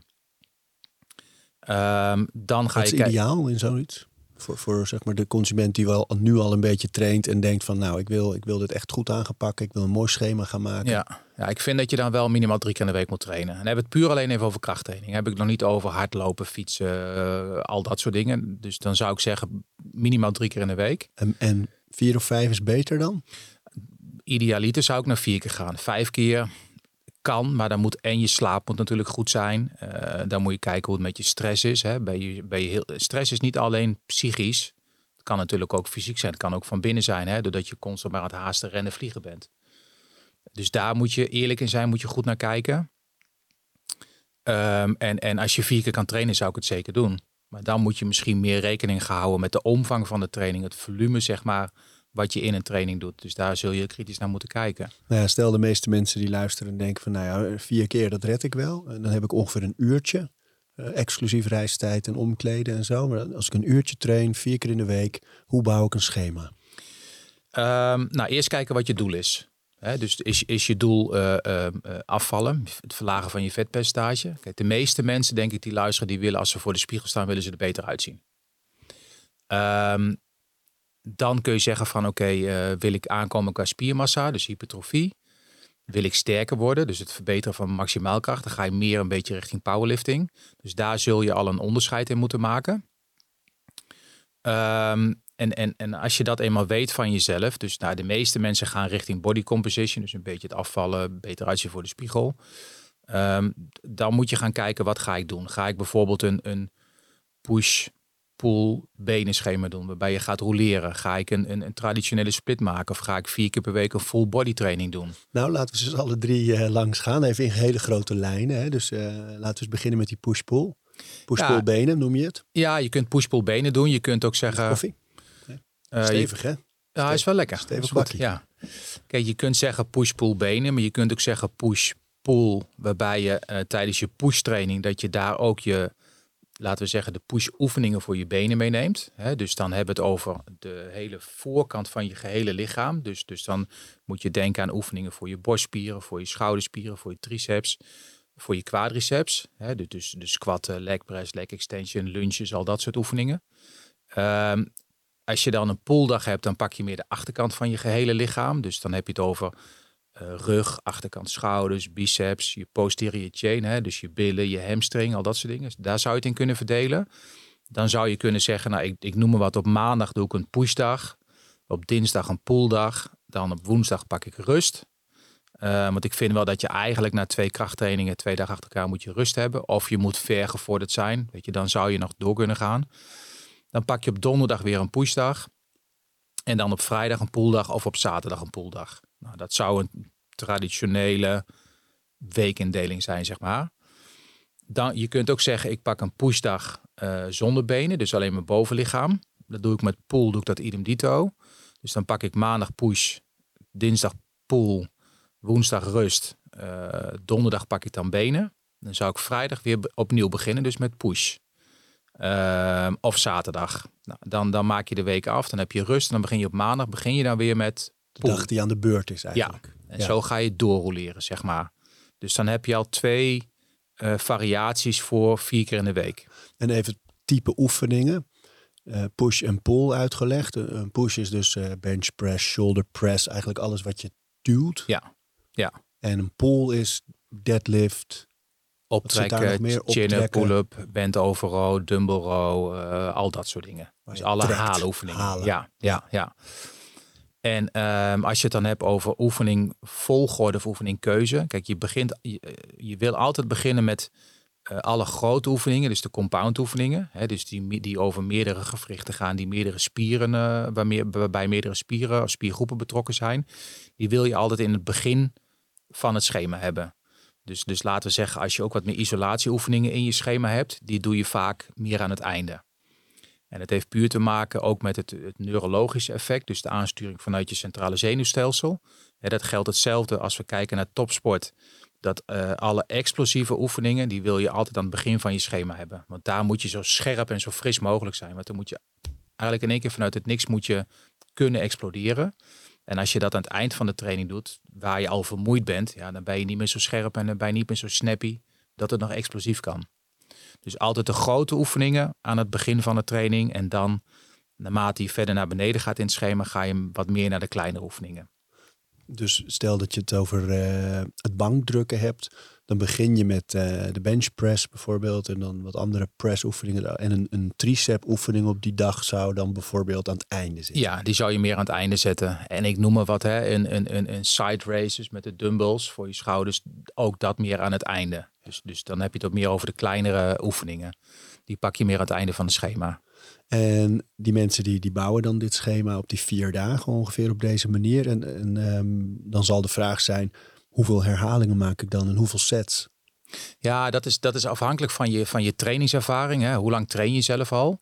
Dan ga Wat is ideaal in zoiets? Voor zeg maar de consument die wel nu al een beetje traint en denkt van nou, ik wil dit echt goed aangepakken. Ik wil een mooi schema gaan maken. Ja, ik vind dat je dan wel minimaal 3 keer in de week moet trainen. En dan heb ik het puur alleen even over krachttraining. Dan heb ik het nog niet over hardlopen, fietsen, al dat soort dingen. Dus dan zou ik zeggen minimaal 3 keer in de week. En 4 of 5 is beter dan? Idealiter zou ik naar 4 keer gaan. 5 keer kan, maar dan moet je slaap moet natuurlijk goed zijn. Dan moet je kijken hoe het met je stress is. Hè. Stress is niet alleen psychisch. Het kan natuurlijk ook fysiek zijn. Het kan ook van binnen zijn. Hè, doordat je constant maar aan het haasten, rennen, vliegen bent. Dus daar moet je eerlijk in zijn. Moet je goed naar kijken. En als je 4 keer kan trainen, zou ik het zeker doen. Maar dan moet je misschien meer rekening gaan houden met de omvang van de training. Het volume, zeg maar, wat je in een training doet. Dus daar zul je kritisch naar moeten kijken. Nou ja, stel de meeste mensen die luisteren en denken van nou ja, 4 keer dat red ik wel. En dan heb ik ongeveer een uurtje. Exclusief reistijd en omkleden en zo. Maar als ik een uurtje train, 4 keer in de week, hoe bouw ik een schema? Nou, eerst kijken wat je doel is. Dus is je doel afvallen, het verlagen van je vetpercentage? Kijk, de meeste mensen, denk ik, die luisteren, die willen als ze voor de spiegel staan, willen ze er beter uitzien. Dan kun je zeggen van oké, wil ik aankomen qua spiermassa, dus hypertrofie. Wil ik sterker worden, dus het verbeteren van maximaalkracht. Dan ga je meer een beetje richting powerlifting. Dus daar zul je al een onderscheid in moeten maken. En als je dat eenmaal weet van jezelf. Dus nou, de meeste mensen gaan richting body composition. Dus een beetje het afvallen, beter uitzien voor de spiegel. Dan moet je gaan kijken, wat ga ik doen? Ga ik bijvoorbeeld een push-pull benenschema doen, waarbij je gaat roleren? Ga ik een traditionele split maken? Of ga ik 4 keer per week een full body training doen? Nou, laten we ze alle 3 langs gaan. Even in hele grote lijnen. Hè? Dus laten we eens beginnen met die push-pull. Push-pull benen noem je het? Ja, je kunt push-pull benen doen. Je kunt ook zeggen... Koffie? Stevig, hè? Ja, hij is wel lekker. Stevig bakkie. Ja. Kijk, je kunt zeggen push-pull benen, maar je kunt ook zeggen push-pull, waarbij je tijdens je push-training, dat je daar ook je, laten we zeggen, de push-oefeningen voor je benen meeneemt. Dus dan hebben we het over de hele voorkant van je gehele lichaam. Dus dan moet je denken aan oefeningen voor je borstspieren, voor je schouderspieren, voor je triceps, voor je quadriceps. Dus squatten, leg press, leg extension, lunges, al dat soort oefeningen. Als je dan een pulldag hebt, dan pak je meer de achterkant van je gehele lichaam. Dus dan heb je het over rug, achterkant schouders, biceps, je posterior chain. Dus je billen, je hamstring, al dat soort dingen. Daar zou je het in kunnen verdelen. Dan zou je kunnen zeggen, nou, ik noem maar wat, op maandag doe ik een pushdag. Op dinsdag een pulldag. Dan op woensdag pak ik rust. Want ik vind wel dat je eigenlijk na 2 krachttrainingen 2 dagen achter elkaar moet je rust hebben. Of je moet vergevorderd zijn. Weet je, dan zou je nog door kunnen gaan. Dan pak je op donderdag weer een pushdag. En dan op vrijdag een pooldag of op zaterdag een pooldag. Nou, dat zou een traditionele weekindeling zijn, zeg maar. Dan, je kunt ook zeggen, ik pak een pushdag zonder benen. Dus alleen mijn bovenlichaam. Dat doe ik met pool, doe ik dat idem dito. Dus dan pak ik maandag push, dinsdag pool, woensdag rust. Donderdag pak ik dan benen. Dan zou ik vrijdag weer opnieuw beginnen, dus met push. Of zaterdag. Nou, dan maak je de week af, dan heb je rust. En dan begin je op maandag, begin je dan weer met de dag die aan de beurt is eigenlijk. Ja, en zo ga je doorroleren, zeg maar. Dus dan heb je al 2 variaties voor 4 keer in de week. En even type oefeningen. Push en pull uitgelegd. Een push is dus bench press, shoulder press. Eigenlijk alles wat je duwt. Ja. En een pull is deadlift. Optrekken, chin-up, pull-up, bent over row, dumbbell row, al dat soort dingen. Dus alle haaloefeningen. Halen. Ja. En als je het dan hebt over oefening volgorde of oefening keuze. Kijk, je wil altijd beginnen met alle grote oefeningen, dus de compound oefeningen. Hè, dus die over meerdere gewrichten gaan, die meerdere spieren, waarbij meerdere spieren of spiergroepen betrokken zijn. Die wil je altijd in het begin van het schema hebben. Dus laten we zeggen, als je ook wat meer isolatieoefeningen in je schema hebt, die doe je vaak meer aan het einde. En het heeft puur te maken ook met het neurologische effect, dus de aansturing vanuit je centrale zenuwstelsel. Ja, dat geldt hetzelfde als we kijken naar topsport. Dat alle explosieve oefeningen, die wil je altijd aan het begin van je schema hebben. Want daar moet je zo scherp en zo fris mogelijk zijn. Want dan moet je eigenlijk in één keer vanuit het niks moet je kunnen exploderen. En als je dat aan het eind van de training doet, waar je al vermoeid bent, ja, dan ben je niet meer zo scherp en dan ben je niet meer zo snappy dat het nog explosief kan. Dus altijd de grote oefeningen aan het begin van de training. En dan, naarmate je verder naar beneden gaat in het schema, ga je wat meer naar de kleinere oefeningen. Dus stel dat je het over het bankdrukken hebt. Dan begin je met de bench press bijvoorbeeld. En dan wat andere press oefeningen. En een tricep oefening op die dag zou dan bijvoorbeeld aan het einde zitten. Ja, die zou je meer aan het einde zetten. En ik noem maar wat, een side races met de dumbbells voor je schouders. Ook dat meer aan het einde. Dus dan heb je het ook meer over de kleinere oefeningen. Die pak je meer aan het einde van het schema. En die mensen die bouwen dan dit schema op die 4 dagen ongeveer op deze manier. En dan zal de vraag zijn, hoeveel herhalingen maak ik dan en hoeveel sets? Ja, dat is afhankelijk van je trainingservaring. Hè. Hoe lang train je zelf al?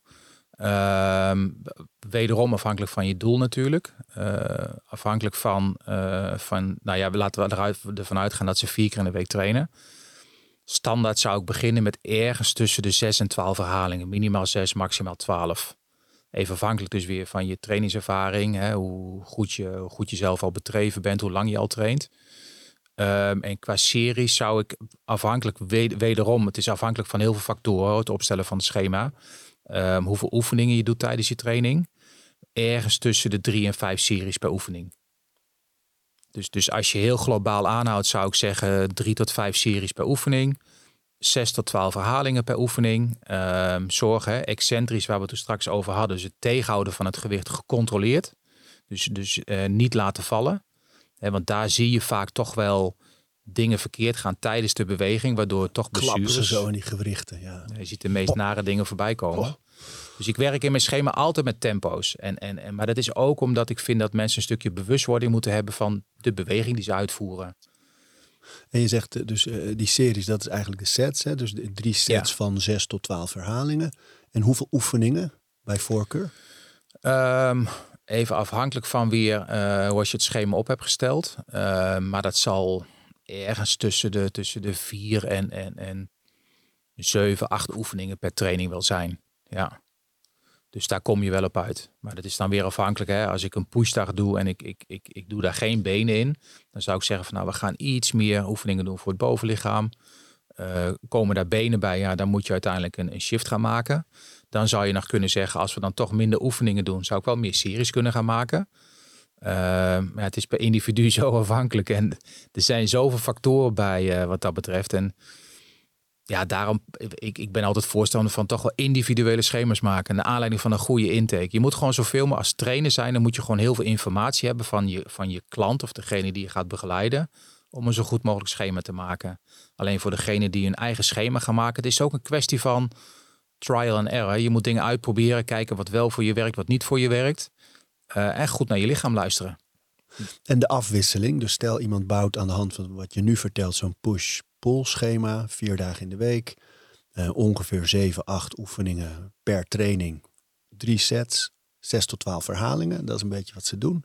Wederom afhankelijk van je doel natuurlijk. Afhankelijk van laten we ervan uitgaan dat ze 4 keer in de week trainen. Standaard zou ik beginnen met ergens tussen de 6 en 12 herhalingen. Minimaal 6, maximaal 12. Even afhankelijk dus weer van je trainingservaring. Hè, hoe goed je zelf al bedreven bent. Hoe lang je al traint. En qua series zou ik afhankelijk, wederom, het is afhankelijk van heel veel factoren. Het opstellen van het schema. Hoeveel oefeningen je doet tijdens je training. Ergens tussen de 3 en 5 series per oefening. Dus als je heel globaal aanhoudt, zou ik zeggen 3 tot 5 series per oefening. 6 tot 12 herhalingen per oefening. Zorgen, excentrisch waar we het er straks over hadden. Dus het tegenhouden van het gewicht gecontroleerd. Dus niet laten vallen. Want daar zie je vaak toch wel dingen verkeerd gaan tijdens de beweging. Waardoor toch blessures... Klappen ze zo in die gewrichten, ja. Je ziet de meest nare dingen voorbij komen. Dus ik werk in mijn schema altijd met tempo's. Maar dat is ook omdat ik vind dat mensen een stukje bewustwording moeten hebben van de beweging die ze uitvoeren. En je zegt dus die series, dat is eigenlijk de sets. Hè? Dus 3 sets van 6 tot 12 herhalingen. En hoeveel oefeningen bij voorkeur? Even afhankelijk van weer hoe je het schema op hebt gesteld. Maar dat zal ergens tussen de 4 en 7, 8 oefeningen per training wel zijn. Ja. Dus daar kom je wel op uit. Maar dat is dan weer afhankelijk. Hè? Als ik een pushdag doe en ik doe daar geen benen in. Dan zou ik zeggen van we gaan iets meer oefeningen doen voor het bovenlichaam. Komen daar benen bij, ja, dan moet je uiteindelijk een shift gaan maken. Dan zou je nog kunnen zeggen, als we dan toch minder oefeningen doen, zou ik wel meer series kunnen gaan maken. Maar het is per individu zo afhankelijk. En er zijn zoveel factoren bij wat dat betreft. En ja, daarom, ik ben altijd voorstander van toch wel individuele schema's maken. Naar aanleiding van een goede intake. Je moet gewoon zoveel maar als trainer zijn. Dan moet je gewoon heel veel informatie hebben van je klant of degene die je gaat begeleiden. om een zo goed mogelijk schema te maken. Alleen voor degene die hun eigen schema gaan maken, het is ook een kwestie van trial and error. Je moet dingen uitproberen, kijken wat wel voor je werkt, wat niet voor je werkt. En goed naar je lichaam luisteren. En de afwisseling, dus stel iemand bouwt aan de hand van wat je nu vertelt, zo'n push-pull schema, 4 dagen in de week, ongeveer 7, 8 oefeningen per training, 3 sets, 6 tot 12 herhalingen, dat is een beetje wat ze doen.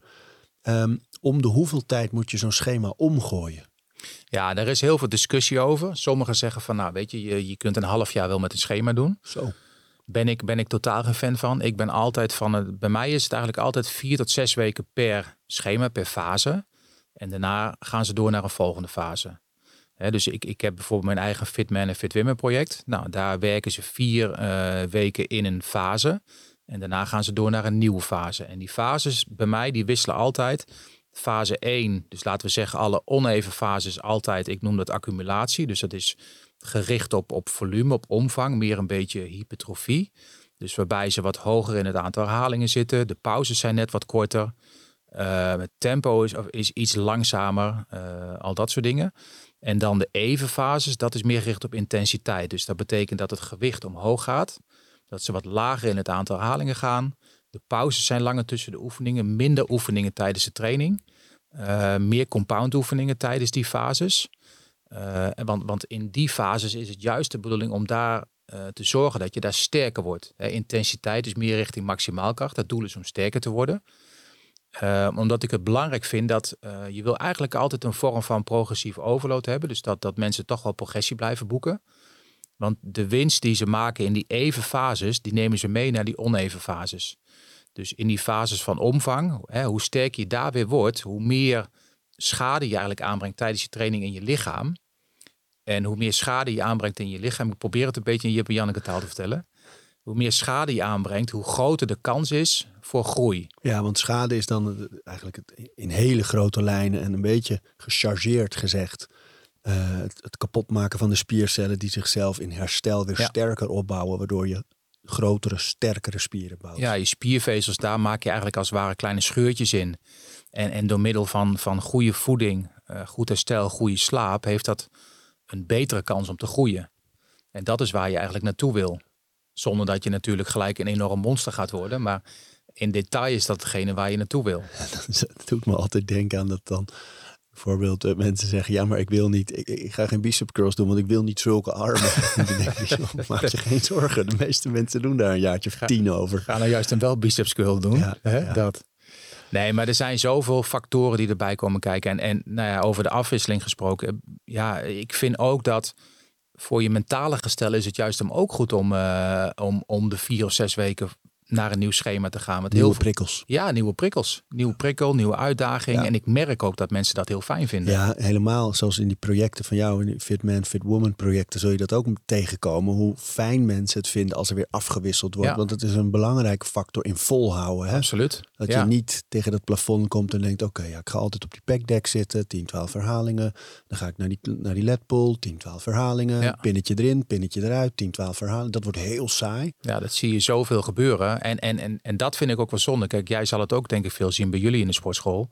Om de hoeveel tijd moet je zo'n schema omgooien? Ja, daar is heel veel discussie over. Sommigen zeggen van, nou weet je, je kunt een half jaar wel met een schema doen. Zo. Ben ik totaal geen fan van. Ik ben altijd bij mij is het eigenlijk altijd 4 tot 6 weken per schema, per fase. En daarna gaan ze door naar een volgende fase. Dus ik heb bijvoorbeeld mijn eigen Fitman en Fitwomen project. Nou, daar werken ze 4 weken in een fase. En daarna gaan ze door naar een nieuwe fase. En die fases bij mij, die wisselen altijd. Fase 1, dus laten we zeggen alle oneven fases altijd, ik noem dat accumulatie. Dus dat is gericht op volume, op omvang, meer een beetje hypertrofie. Dus waarbij ze wat hoger in het aantal herhalingen zitten. De pauzes zijn net wat korter. Het tempo is iets langzamer. Al dat soort dingen. En dan de even fases, dat is meer gericht op intensiteit. Dus dat betekent dat het gewicht omhoog gaat. Dat ze wat lager in het aantal herhalingen gaan. De pauzes zijn langer tussen de oefeningen. Minder oefeningen tijdens de training. Meer compound oefeningen tijdens die fases. Want in die fases is het juist de bedoeling om daar te zorgen dat je daar sterker wordt. Intensiteit is meer richting maximaalkracht. Het doel is om sterker te worden. Omdat ik het belangrijk vind dat je wil eigenlijk altijd een vorm van progressief overload hebben. Dus dat mensen toch wel progressie blijven boeken. Want de winst die ze maken in die even fases, die nemen ze mee naar die oneven fases. Dus in die fases van omvang, hoe sterker je daar weer wordt, hoe meer schade je eigenlijk aanbrengt tijdens je training in je lichaam. En hoe meer schade je aanbrengt in je lichaam, ik probeer het een beetje in Jip en Janneke taal te vertellen. Hoe meer schade je aanbrengt, hoe groter de kans is voor groei. Ja, want schade is dan eigenlijk in hele grote lijnen en een beetje gechargeerd gezegd. Het kapotmaken van de spiercellen die zichzelf in herstel weer sterker opbouwen, waardoor je grotere, sterkere spieren bouwt. Ja, je spiervezels, daar maak je eigenlijk als het ware kleine scheurtjes in. En door middel van goede voeding, goed herstel, goede slaap, heeft dat een betere kans om te groeien. En dat is waar je eigenlijk naartoe wil. Zonder dat je natuurlijk gelijk een enorm monster gaat worden. Maar in detail is dat hetgene waar je naartoe wil. Dat doet me altijd denken aan dat dan bijvoorbeeld mensen zeggen, ja, maar ik wil niet, ik ga geen bicep curls doen, want ik wil niet zulke armen. En dan denk ik, maak je geen zorgen. De meeste mensen doen daar een jaartje of 10 over. Ga nou juist een wel biceps curl doen. Ja, ja. Dat. Nee, maar er zijn zoveel factoren die erbij komen kijken. En nou ja, over de afwisseling gesproken. Ja, ik vind ook dat voor je mentale gestel is het juist ook goed om de 4 of 6 weken naar een nieuw schema te gaan. Met nieuwe prikkels. Ja, nieuwe prikkels. Nieuwe prikkel, nieuwe uitdaging. Ja. En ik merk ook dat mensen dat heel fijn vinden. Ja, helemaal. Zoals in die projecten van jou, in die Fitman, Fitwoman projecten, zul je dat ook tegenkomen. Hoe fijn mensen het vinden als er weer afgewisseld wordt. Ja. Want het is een belangrijke factor in volhouden. Hè? Absoluut. Dat je niet tegen dat plafond komt en denkt, oké, ik ga altijd op die packdeck zitten. 10, 12 herhalingen. Dan ga ik naar die lat pull. 10, 12 herhalingen. Ja. Pinnetje erin, pinnetje eruit. 10, 12 herhalingen. Dat wordt heel saai. Ja, dat zie je zoveel gebeuren. En dat vind ik ook wel zonde. Kijk, jij zal het ook denk ik veel zien bij jullie in de sportschool.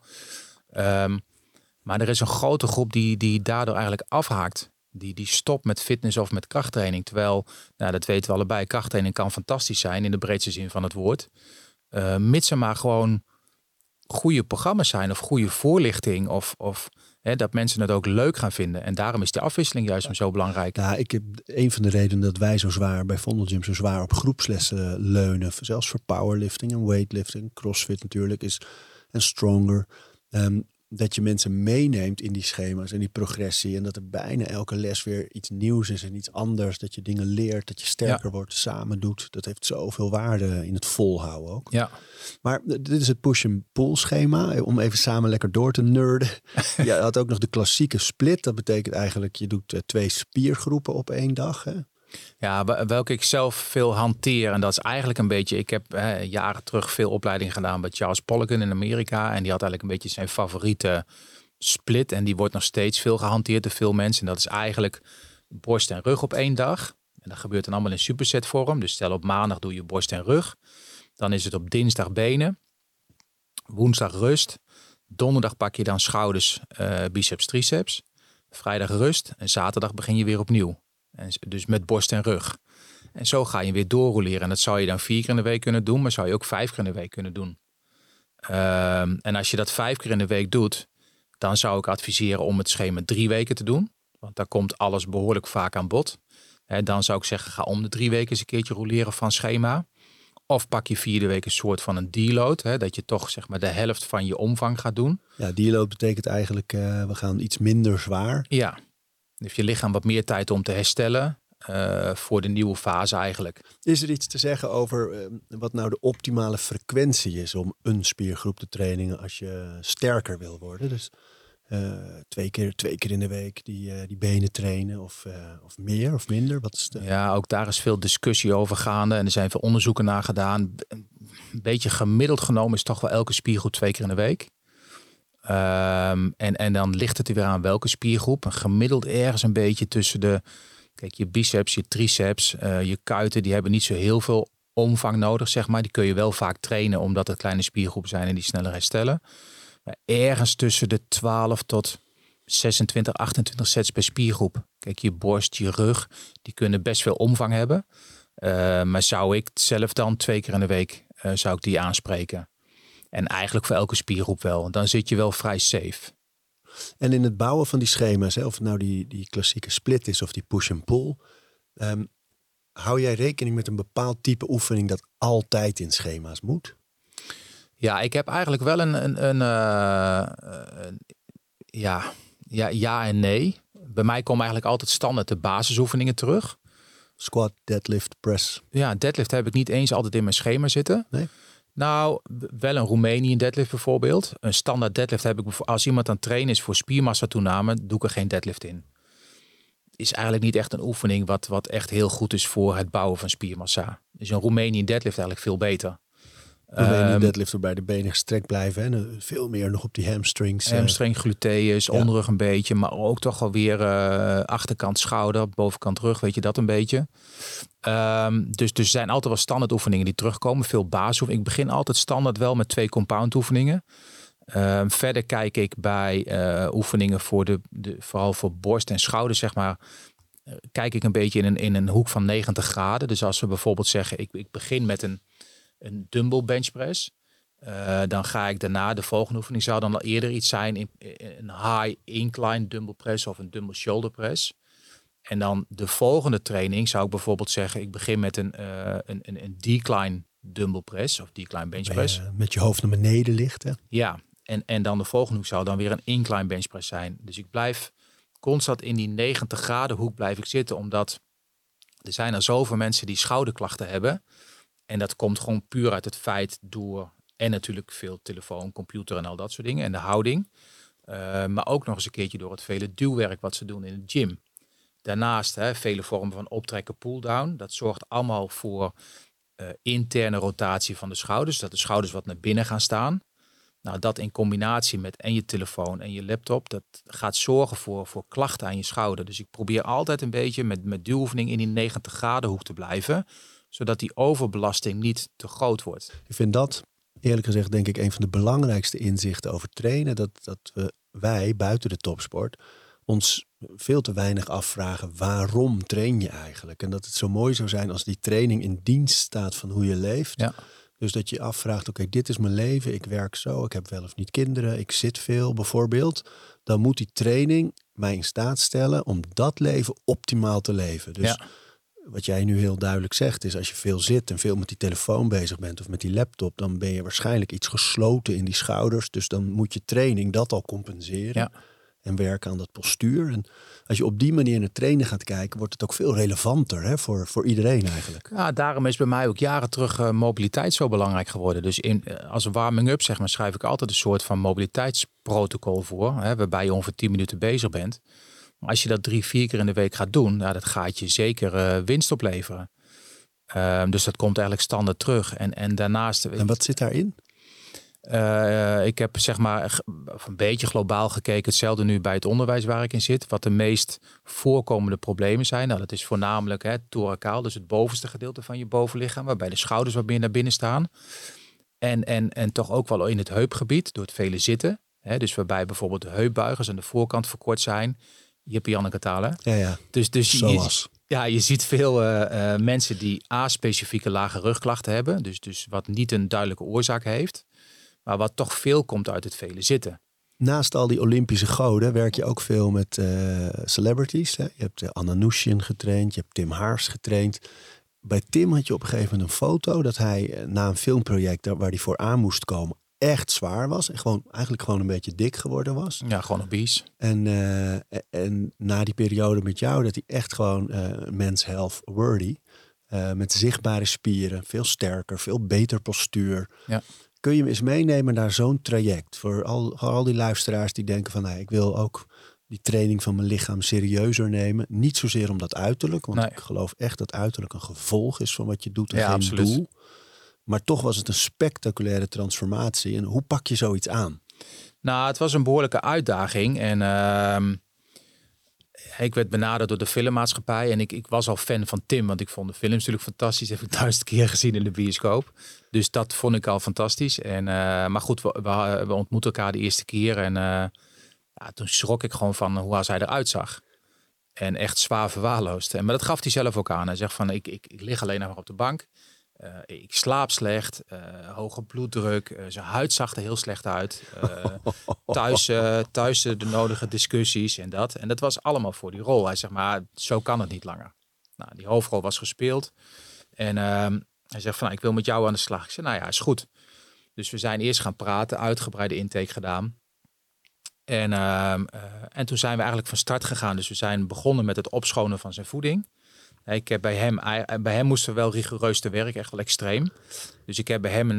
Maar er is een grote groep die daardoor eigenlijk afhaakt. Die stopt met fitness of met krachttraining. Terwijl, nou, dat weten we allebei, krachttraining kan fantastisch zijn in de breedste zin van het woord. Mits er maar gewoon goede programma's zijn of goede voorlichting of dat mensen het ook leuk gaan vinden. En daarom is die afwisseling juist zo belangrijk. Ja, ik heb een van de redenen dat wij zo zwaar bij Vondel Gym zo zwaar op groepslessen leunen, zelfs voor powerlifting en weightlifting, crossfit natuurlijk, en stronger. Dat je mensen meeneemt in die schema's en die progressie. En dat er bijna elke les weer iets nieuws is en iets anders. Dat je dingen leert, dat je sterker wordt, samen doet. Dat heeft zoveel waarde in het volhouden ook. Ja. Maar dit is het push-and-pull schema. Om even samen lekker door te nerden. Je had ook nog de klassieke split. Dat betekent eigenlijk, je doet 2 spiergroepen op 1 dag. Hè? Ja, welke ik zelf veel hanteer. En dat is eigenlijk een beetje, ik heb jaren terug veel opleiding gedaan bij Charles Poliquin in Amerika. En die had eigenlijk een beetje zijn favoriete split. En die wordt nog steeds veel gehanteerd door veel mensen. En dat is eigenlijk borst en rug op 1 dag. En dat gebeurt dan allemaal in superset vorm. Dus stel op maandag doe je borst en rug. Dan is het op dinsdag benen. Woensdag rust. Donderdag pak je dan schouders, biceps, triceps. Vrijdag rust en zaterdag begin je weer opnieuw. En dus met borst en rug. En zo ga je weer doorroleren. En dat zou je dan 4 keer in de week kunnen doen, maar zou je ook 5 keer in de week kunnen doen. En als je dat 5 keer in de week doet, dan zou ik adviseren om het schema 3 weken te doen. Want daar komt alles behoorlijk vaak aan bod. Dan zou ik zeggen, ga om de 3 weken eens een keertje roleren van schema. Of pak je 4e week een soort van een deload. Dat je toch zeg maar de helft van je omvang gaat doen. Ja, deload betekent eigenlijk, we gaan iets minder zwaar. Ja, dan heeft je lichaam wat meer tijd om te herstellen. Voor de nieuwe fase eigenlijk. Is er iets te zeggen over wat nou de optimale frequentie is om een spiergroep te trainen als je sterker wil worden? Dus 2 keer in de week die benen trainen of meer of minder? Wat is Ja, ook daar is veel discussie over gaande en er zijn veel onderzoeken naar gedaan. Een beetje gemiddeld genomen is toch wel elke spiergroep 2 keer in de week. En dan ligt het er weer aan welke spiergroep. Een gemiddeld ergens een beetje tussen de... Kijk, je biceps, je triceps, je kuiten, die hebben niet zo heel veel omvang nodig, zeg maar. Die kun je wel vaak trainen, omdat het kleine spiergroepen zijn en die sneller herstellen. Maar ergens tussen de 12 tot 26, 28 sets per spiergroep. Kijk, je borst, je rug, die kunnen best veel omvang hebben. Maar zou ik zelf dan 2 keer in de week, zou ik die aanspreken. En eigenlijk voor elke spiergroep wel. Dan zit je wel vrij safe. En in het bouwen van die schema's, of het nou die klassieke split is of die push en pull, hou jij rekening met een bepaald type oefening dat altijd in schema's moet? Ja, ik heb eigenlijk wel ja en nee. Bij mij komen eigenlijk altijd standaard de basisoefeningen terug. Squat, deadlift, press. Ja, deadlift heb ik niet eens altijd in mijn schema zitten. Nee? Nou, wel een Roemenië deadlift bijvoorbeeld. Een standaard deadlift heb ik, als iemand aan het trainen is voor spiermassa toename, doe ik er geen deadlift in. Is eigenlijk niet echt een oefening wat echt heel goed is voor het bouwen van spiermassa. Dus een Roemenië deadlift eigenlijk veel beter. Roemenië deadlift waarbij de benen gestrekt blijven. En veel meer nog op die hamstrings. Hamstring, gluteus, onderrug een beetje. Maar ook toch alweer achterkant schouder, bovenkant rug. Weet je dat een beetje. Dus er zijn altijd wel standaard oefeningen die terugkomen. Veel basisoefeningen. Ik begin altijd standaard wel met 2 compound oefeningen. Verder kijk ik bij oefeningen voor vooral voor borst en schouder, zeg maar. Kijk ik een beetje in een hoek van 90 graden. Dus als we bijvoorbeeld zeggen, ik begin met een dumbbell bench press. Dan ga ik daarna, de volgende oefening zou dan al eerder iets zijn in een high incline dumbbell press of een dumbbell shoulder press. En dan de volgende training zou ik bijvoorbeeld zeggen, ik begin met een decline dumbbell press of decline bench press. Met je hoofd naar beneden ligt, hè? Ja, en dan de volgende hoek zou dan weer een incline bench press zijn. Dus ik blijf constant in die 90 graden hoek blijf ik zitten, omdat er zijn er zoveel mensen die schouderklachten hebben. En dat komt gewoon puur uit het feit door, en natuurlijk veel telefoon, computer en al dat soort dingen. En de houding. Maar ook nog eens een keertje door het vele duwwerk wat ze doen in de gym. Daarnaast vele vormen van optrekken, pull-down. Dat zorgt allemaal voor interne rotatie van de schouders. Dat de schouders wat naar binnen gaan staan. Nou, dat in combinatie met en je telefoon en je laptop. Dat gaat zorgen voor klachten aan je schouder. Dus ik probeer altijd een beetje met duwoefening in die 90 graden hoek te blijven. Zodat die overbelasting niet te groot wordt. Ik vind dat, eerlijk gezegd, denk ik een van de belangrijkste inzichten over trainen. Dat wij buiten de topsport ons veel te weinig afvragen, waarom train je eigenlijk? En dat het zo mooi zou zijn als die training in dienst staat van hoe je leeft. Ja. Dus dat je afvraagt, oké, dit is mijn leven, ik werk zo, ik heb wel of niet kinderen, ik zit veel bijvoorbeeld. Dan moet die training mij in staat stellen om dat leven optimaal te leven. Dus wat jij nu heel duidelijk zegt is, als je veel zit en veel met die telefoon bezig bent of met die laptop, dan ben je waarschijnlijk iets gesloten in die schouders. Dus dan moet je training dat al compenseren. Ja. En werken aan dat postuur. En als je op die manier naar trainen gaat kijken, wordt het ook veel relevanter voor iedereen eigenlijk. Ja, daarom is bij mij ook jaren terug mobiliteit zo belangrijk geworden. Dus als warming-up zeg maar, schrijf ik altijd een soort van mobiliteitsprotocol voor. Waarbij je ongeveer 10 minuten bezig bent. Maar als je dat 3-4 keer in de week gaat doen, dat gaat je zeker winst opleveren. Dus dat komt eigenlijk standaard terug. En daarnaast. En wat zit daarin? Ik heb zeg maar een beetje globaal gekeken, hetzelfde nu bij het onderwijs waar ik in zit. Wat de meest voorkomende problemen zijn. Nou, dat is voornamelijk thoracaal, dus het bovenste gedeelte van je bovenlichaam, waarbij de schouders wat meer naar binnen staan. En toch ook wel in het heupgebied, door het vele zitten. Dus waarbij bijvoorbeeld de heupbuigers aan de voorkant verkort zijn. Jippe Janneke taal, hè? Ja. Dus Zoals. je ziet veel mensen die A-specifieke lage rugklachten hebben. Dus wat niet een duidelijke oorzaak heeft. Maar wat toch veel komt uit het vele zitten. Naast al die Olympische goden werk je ook veel met celebrities. Hè? Je hebt Anna Nushin getraind, je hebt Tim Haars getraind. Bij Tim had je op een gegeven moment een foto dat hij na een filmproject waar hij voor aan moest komen echt zwaar was. En eigenlijk gewoon een beetje dik geworden was. Ja, gewoon obese. En na die periode met jou dat hij echt gewoon men's health worthy. Met zichtbare spieren, veel sterker, veel beter postuur. Ja. Kun je me eens meenemen naar zo'n traject? Voor al die luisteraars die denken van... ik wil ook die training van mijn lichaam serieuzer nemen. Niet zozeer om dat uiterlijk. Want ik geloof echt dat uiterlijk een gevolg is van wat je doet en geen absoluut. Doel. Maar toch was het een spectaculaire transformatie. En hoe pak je zoiets aan? Nou, het was een behoorlijke uitdaging. En ik werd benaderd door de filmmaatschappij. En ik was al fan van Tim. Want ik vond de films natuurlijk fantastisch. Heb ik 1000 keer gezien in de bioscoop. Dus dat vond ik al fantastisch. En, maar goed, we ontmoetten elkaar de eerste keer. En toen schrok ik gewoon van hoe hij eruit zag. En echt zwaar verwaarloosd. Maar dat gaf hij zelf ook aan. Hij zegt van, ik lig alleen maar op de bank. Ik slaap slecht, hoge bloeddruk, zijn huid zag er heel slecht uit. Thuis de nodige discussies en dat. En dat was allemaal voor die rol. Hij zegt, maar zo kan het niet langer. Nou, die hoofdrol was gespeeld. En hij zegt van, ik wil met jou aan de slag. Ik zei, nou ja, is goed. Dus we zijn eerst gaan praten, uitgebreide intake gedaan. En toen zijn we eigenlijk van start gegaan. Dus we zijn begonnen met het opschonen van zijn voeding. Ik heb bij hem moesten we wel rigoureus te werk, echt wel extreem. Dus ik heb bij hem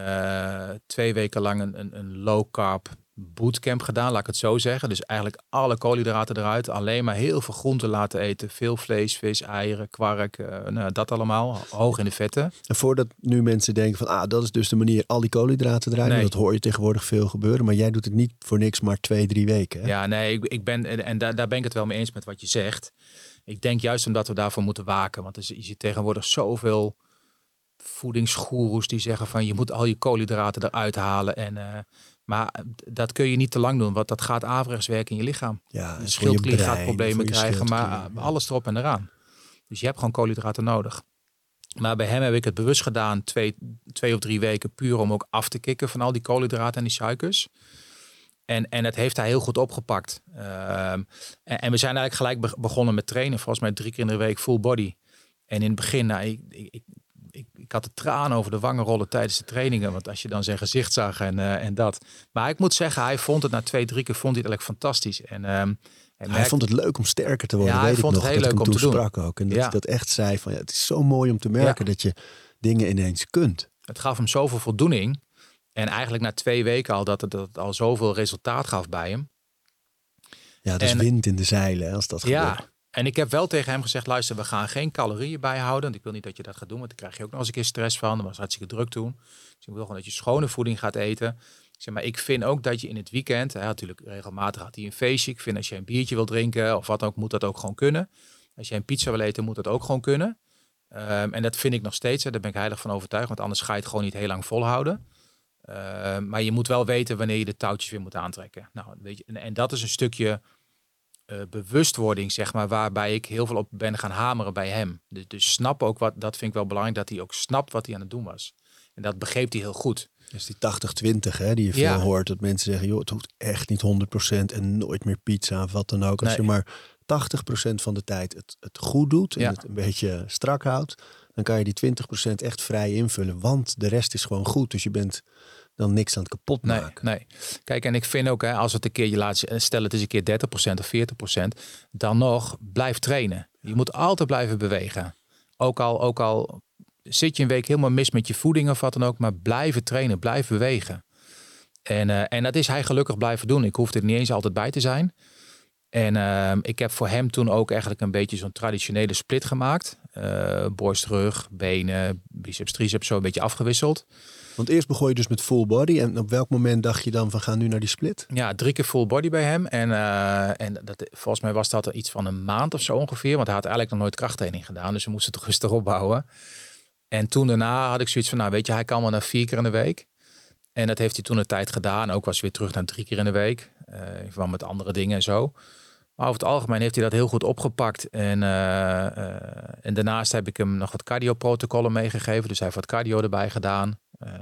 2 weken lang een low carb bootcamp gedaan, laat ik het zo zeggen. Dus eigenlijk alle koolhydraten eruit, alleen maar heel veel groenten laten eten. Veel vlees, vis, eieren, kwark, dat allemaal, hoog in de vetten. En voordat nu mensen denken van, dat is dus de manier, al die koolhydraten eruit. Nee. Dat hoor je tegenwoordig veel gebeuren, maar jij doet het niet voor niks maar 2-3 weken. Hè? Ja, nee, ik ben, en daar ben ik het wel mee eens met wat je zegt. Ik denk juist omdat we daarvoor moeten waken. Want je ziet tegenwoordig zoveel voedingsgoeroes die zeggen van je moet al je koolhydraten eruit halen. Maar dat kun je niet te lang doen, want dat gaat averechts werken in je lichaam. Ja, de schildklier gaat problemen krijgen, maar alles erop en eraan. Dus je hebt gewoon koolhydraten nodig. Maar bij hem heb ik het bewust gedaan 2 of 3 weken puur om ook af te kicken van al die koolhydraten en die suikers. En dat heeft hij heel goed opgepakt. En we zijn eigenlijk gelijk begonnen met trainen. Volgens mij 3 keer in de week full body. En in het begin, ik had de tranen over de wangen rollen tijdens de trainingen. Want als je dan zijn gezicht zag en dat. Maar ik moet zeggen, hij vond het na 2-3 keer vond hij het eigenlijk fantastisch. Hij vond het leuk om sterker te worden. Ja, hij vond het heel leuk om te doen. Sprak ook. En dat hij dat echt zei van, het is zo mooi om te merken dat je dingen ineens kunt. Het gaf hem zoveel voldoening. En eigenlijk na 2 weken al dat het al zoveel resultaat gaf bij hem. Ja, dus wind in de zeilen als dat gebeurt. Ja, en ik heb wel tegen hem gezegd, luister, we gaan geen calorieën bijhouden. Want ik wil niet dat je dat gaat doen, want dan krijg je ook nog eens een keer stress van. Dat was hartstikke druk toen. Dus ik wil gewoon dat je schone voeding gaat eten. Ik zeg, maar ik vind ook dat je in het weekend, natuurlijk regelmatig had hij een feestje. Ik vind als je een biertje wil drinken of wat ook, moet dat ook gewoon kunnen. Als je een pizza wil eten, moet dat ook gewoon kunnen. En dat vind ik nog steeds, daar ben ik heilig van overtuigd. Want anders ga je het gewoon niet heel lang volhouden. Maar je moet wel weten wanneer je de touwtjes weer moet aantrekken. Nou, weet je, en dat is een stukje bewustwording, zeg maar, waarbij ik heel veel op ben gaan hameren bij hem. Dus snap ook dat vind ik wel belangrijk, dat hij ook snapt wat hij aan het doen was. En dat begreep hij heel goed. Dus die 80-20 die je veel hoort, dat mensen zeggen, joh, het hoeft echt niet 100% en nooit meer pizza of wat dan ook. Als je maar 80% van de tijd het goed doet en het een beetje strak houdt, dan kan je die 20% echt vrij invullen. Want de rest is gewoon goed. Dus je bent dan niks aan het kapot maken. Nee. Kijk, en ik vind ook, als het een keer je laat stellen, het is een keer 30% of 40%, dan nog blijf trainen. Je moet altijd blijven bewegen. Ook al zit je een week helemaal mis met je voeding of wat dan ook, maar blijven trainen, blijven bewegen. En dat is hij gelukkig blijven doen. Ik hoefde er niet eens altijd bij te zijn. En ik heb voor hem toen ook eigenlijk een beetje zo'n traditionele split gemaakt. Borst, rug, benen, biceps, triceps, zo een beetje afgewisseld. Want eerst begon je dus met full body. En op welk moment dacht je dan van gaan nu naar die split? Ja, 3 keer full body bij hem. En dat, volgens mij was dat er iets van een maand of zo ongeveer. Want hij had eigenlijk nog nooit krachttraining gedaan. Dus we moesten het rustig opbouwen. En toen daarna had ik zoiets van, nou weet je, hij kan wel naar 4 keer in de week. En dat heeft hij toen een tijd gedaan. Ook was hij weer terug naar 3 keer in de week. Van met andere dingen en zo. Maar over het algemeen heeft hij dat heel goed opgepakt. En daarnaast heb ik hem nog wat cardioprotocollen meegegeven. Dus hij heeft wat cardio erbij gedaan.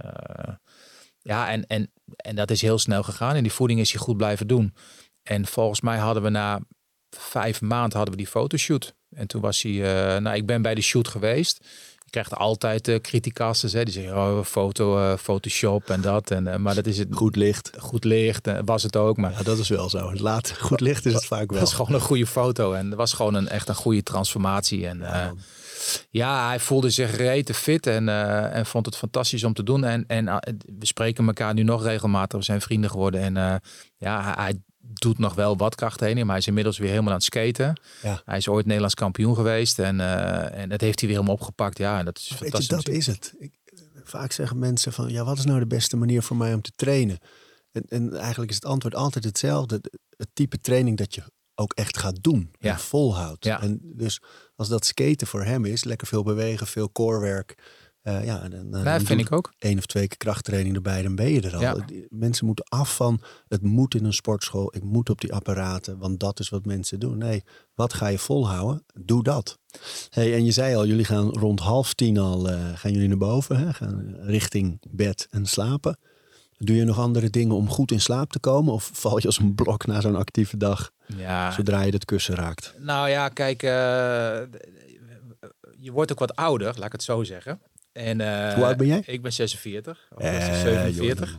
En dat is heel snel gegaan. En die voeding is hij goed blijven doen. En volgens mij hadden we na 5 maanden die fotoshoot. En toen was hij... ik ben bij de shoot geweest. Je krijgt altijd criticasters. Die zeggen, Photoshop en dat. Maar dat is het. Goed licht. Goed licht, was het ook. Maar ja, dat is wel zo. Goed licht is het vaak wel. Dat is gewoon een goede foto. En dat was gewoon echt een goede transformatie. En hij voelde zich rete fit. En vond het fantastisch om te doen. En we spreken elkaar nu nog regelmatig. We zijn vrienden geworden. En hij doet nog wel wat krachttraining, maar hij is inmiddels weer helemaal aan het skaten. Ja. Hij is ooit Nederlands kampioen geweest en dat heeft hij weer helemaal opgepakt. Ja, en dat is fantastisch. Dat is het. Vaak zeggen mensen van, wat is nou de beste manier voor mij om te trainen? En eigenlijk is het antwoord altijd hetzelfde. Het type training dat je ook echt gaat doen en volhoudt. Ja. En dus als dat skaten voor hem is, lekker veel bewegen, veel corewerk. Dat vind ik ook. 1 of 2 keer krachttraining erbij, dan ben je er al. Ja. Mensen moeten af van, het moet in een sportschool, ik moet op die apparaten, want dat is wat mensen doen. Nee, wat ga je volhouden? Doe dat. Hey, en je zei al, jullie gaan rond 9:30 al, gaan jullie naar boven, hè? Gaan richting bed en slapen. Doe je nog andere dingen om goed in slaap te komen? Of val je als een blok na zo'n actieve dag, zodra je het kussen raakt? Nou ja, kijk, je wordt ook wat ouder, laat ik het zo zeggen. En, hoe oud ben jij? Ik ben 46. Of 47.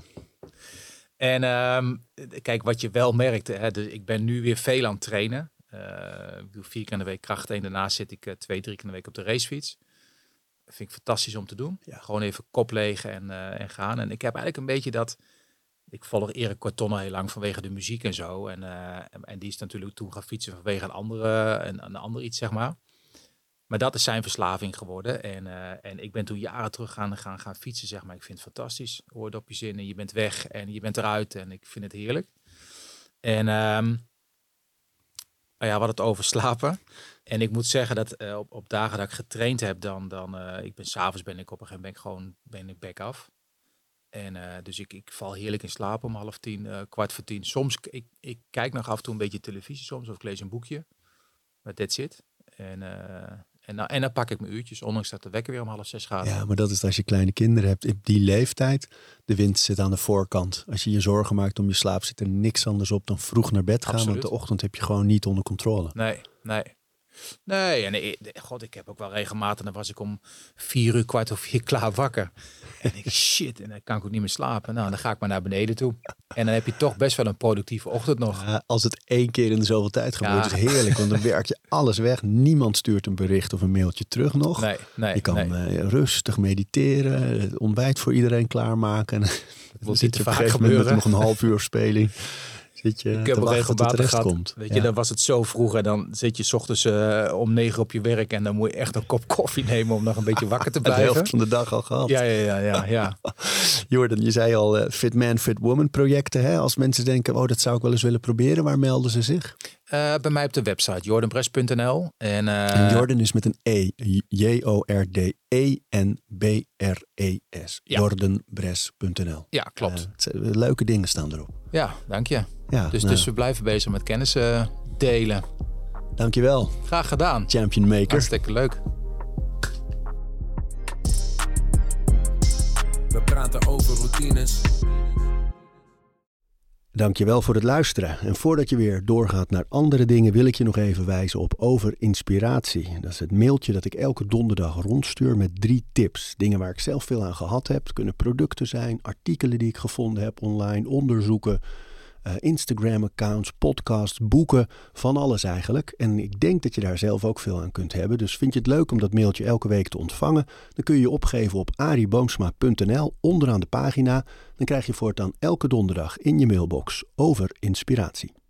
En kijk, wat je wel merkt. Hè, dus ik ben nu weer veel aan het trainen. Ik doe 4 keer in de week krachttraining. Daarna zit ik 2-3 keer in de week op de racefiets. Dat vind ik fantastisch om te doen. Ja. Gewoon even kop leeg en gaan. En ik heb eigenlijk een beetje dat... Ik volg Erik Corton heel lang vanwege de muziek en zo. En die is natuurlijk toen gaan fietsen vanwege een ander iets, zeg maar. Maar dat is zijn verslaving geworden. En ik ben toen jaren terug gaan fietsen, zeg maar. Ik vind het fantastisch. Oordopjes in en je bent weg en je bent eruit. En ik vind het heerlijk. En we hadden het over slapen. En ik moet zeggen dat op dagen dat ik getraind heb, s'avonds ben ik op een gegeven moment ben ik back af. En dus ik val heerlijk in slaap om 9:30, 9:15. Soms, ik kijk nog af en toe een beetje televisie soms. Of ik lees een boekje. Maar that's it. En dan pak ik mijn uurtjes, ondanks dat de wekker weer om 5:30 gaat. Ja, maar dat is als je kleine kinderen hebt. In die leeftijd, de wind zit aan de voorkant. Als je je zorgen maakt om je slaap, zit er niks anders op dan vroeg naar bed gaan. Absoluut. Want de ochtend heb je gewoon niet onder controle. Nee. En ik heb ook wel regelmatig, dan was ik om 4:00, 3:15 klaar wakker. En ik shit, en dan kan ik ook niet meer slapen. Nou, dan ga ik maar naar beneden toe. En dan heb je toch best wel een productieve ochtend nog. Als het 1 keer in de zoveel tijd gebeurt, is heerlijk. Want dan werk je alles weg. Niemand stuurt een bericht of een mailtje terug nog. Nee, je kan rustig mediteren, het ontbijt voor iedereen klaarmaken. Dat ziet er vaak gebeuren. Met nog een half uur speling. Ik heb ook regelmatig gehad. Weet je, dan was het zo vroeg en dan zit je 's ochtends om 9 op je werk en dan moet je echt een kop koffie nemen om nog een beetje wakker te blijven. De helft van de dag al gehad. Ja. Jordan, je zei al Fit Man, Fit Woman projecten. Hè? Als mensen denken, dat zou ik wel eens willen proberen, waar melden ze zich? Bij mij op de website jordanbres.nl. En Jordan is met een E. Jordenbres. Ja. Jordanbres.nl. Ja, klopt. Leuke dingen staan erop. Ja, dank je. Ja, dus we blijven bezig met kennis delen. Dankjewel. Graag gedaan. Champion Maker. Hartstikke leuk. We praten over routines. Dankjewel voor het luisteren. En voordat je weer doorgaat naar andere dingen, wil ik je nog even wijzen op Over Inspiratie. Dat is het mailtje dat ik elke donderdag rondstuur met 3 tips. Dingen waar ik zelf veel aan gehad heb. Het kunnen producten zijn, artikelen die ik gevonden heb online, onderzoeken, Instagram-accounts, podcasts, boeken, van alles eigenlijk. En ik denk dat je daar zelf ook veel aan kunt hebben. Dus vind je het leuk om dat mailtje elke week te ontvangen? Dan kun je je opgeven op ariboomsma.nl onderaan de pagina. Dan krijg je voortaan elke donderdag in je mailbox Over Inspiratie.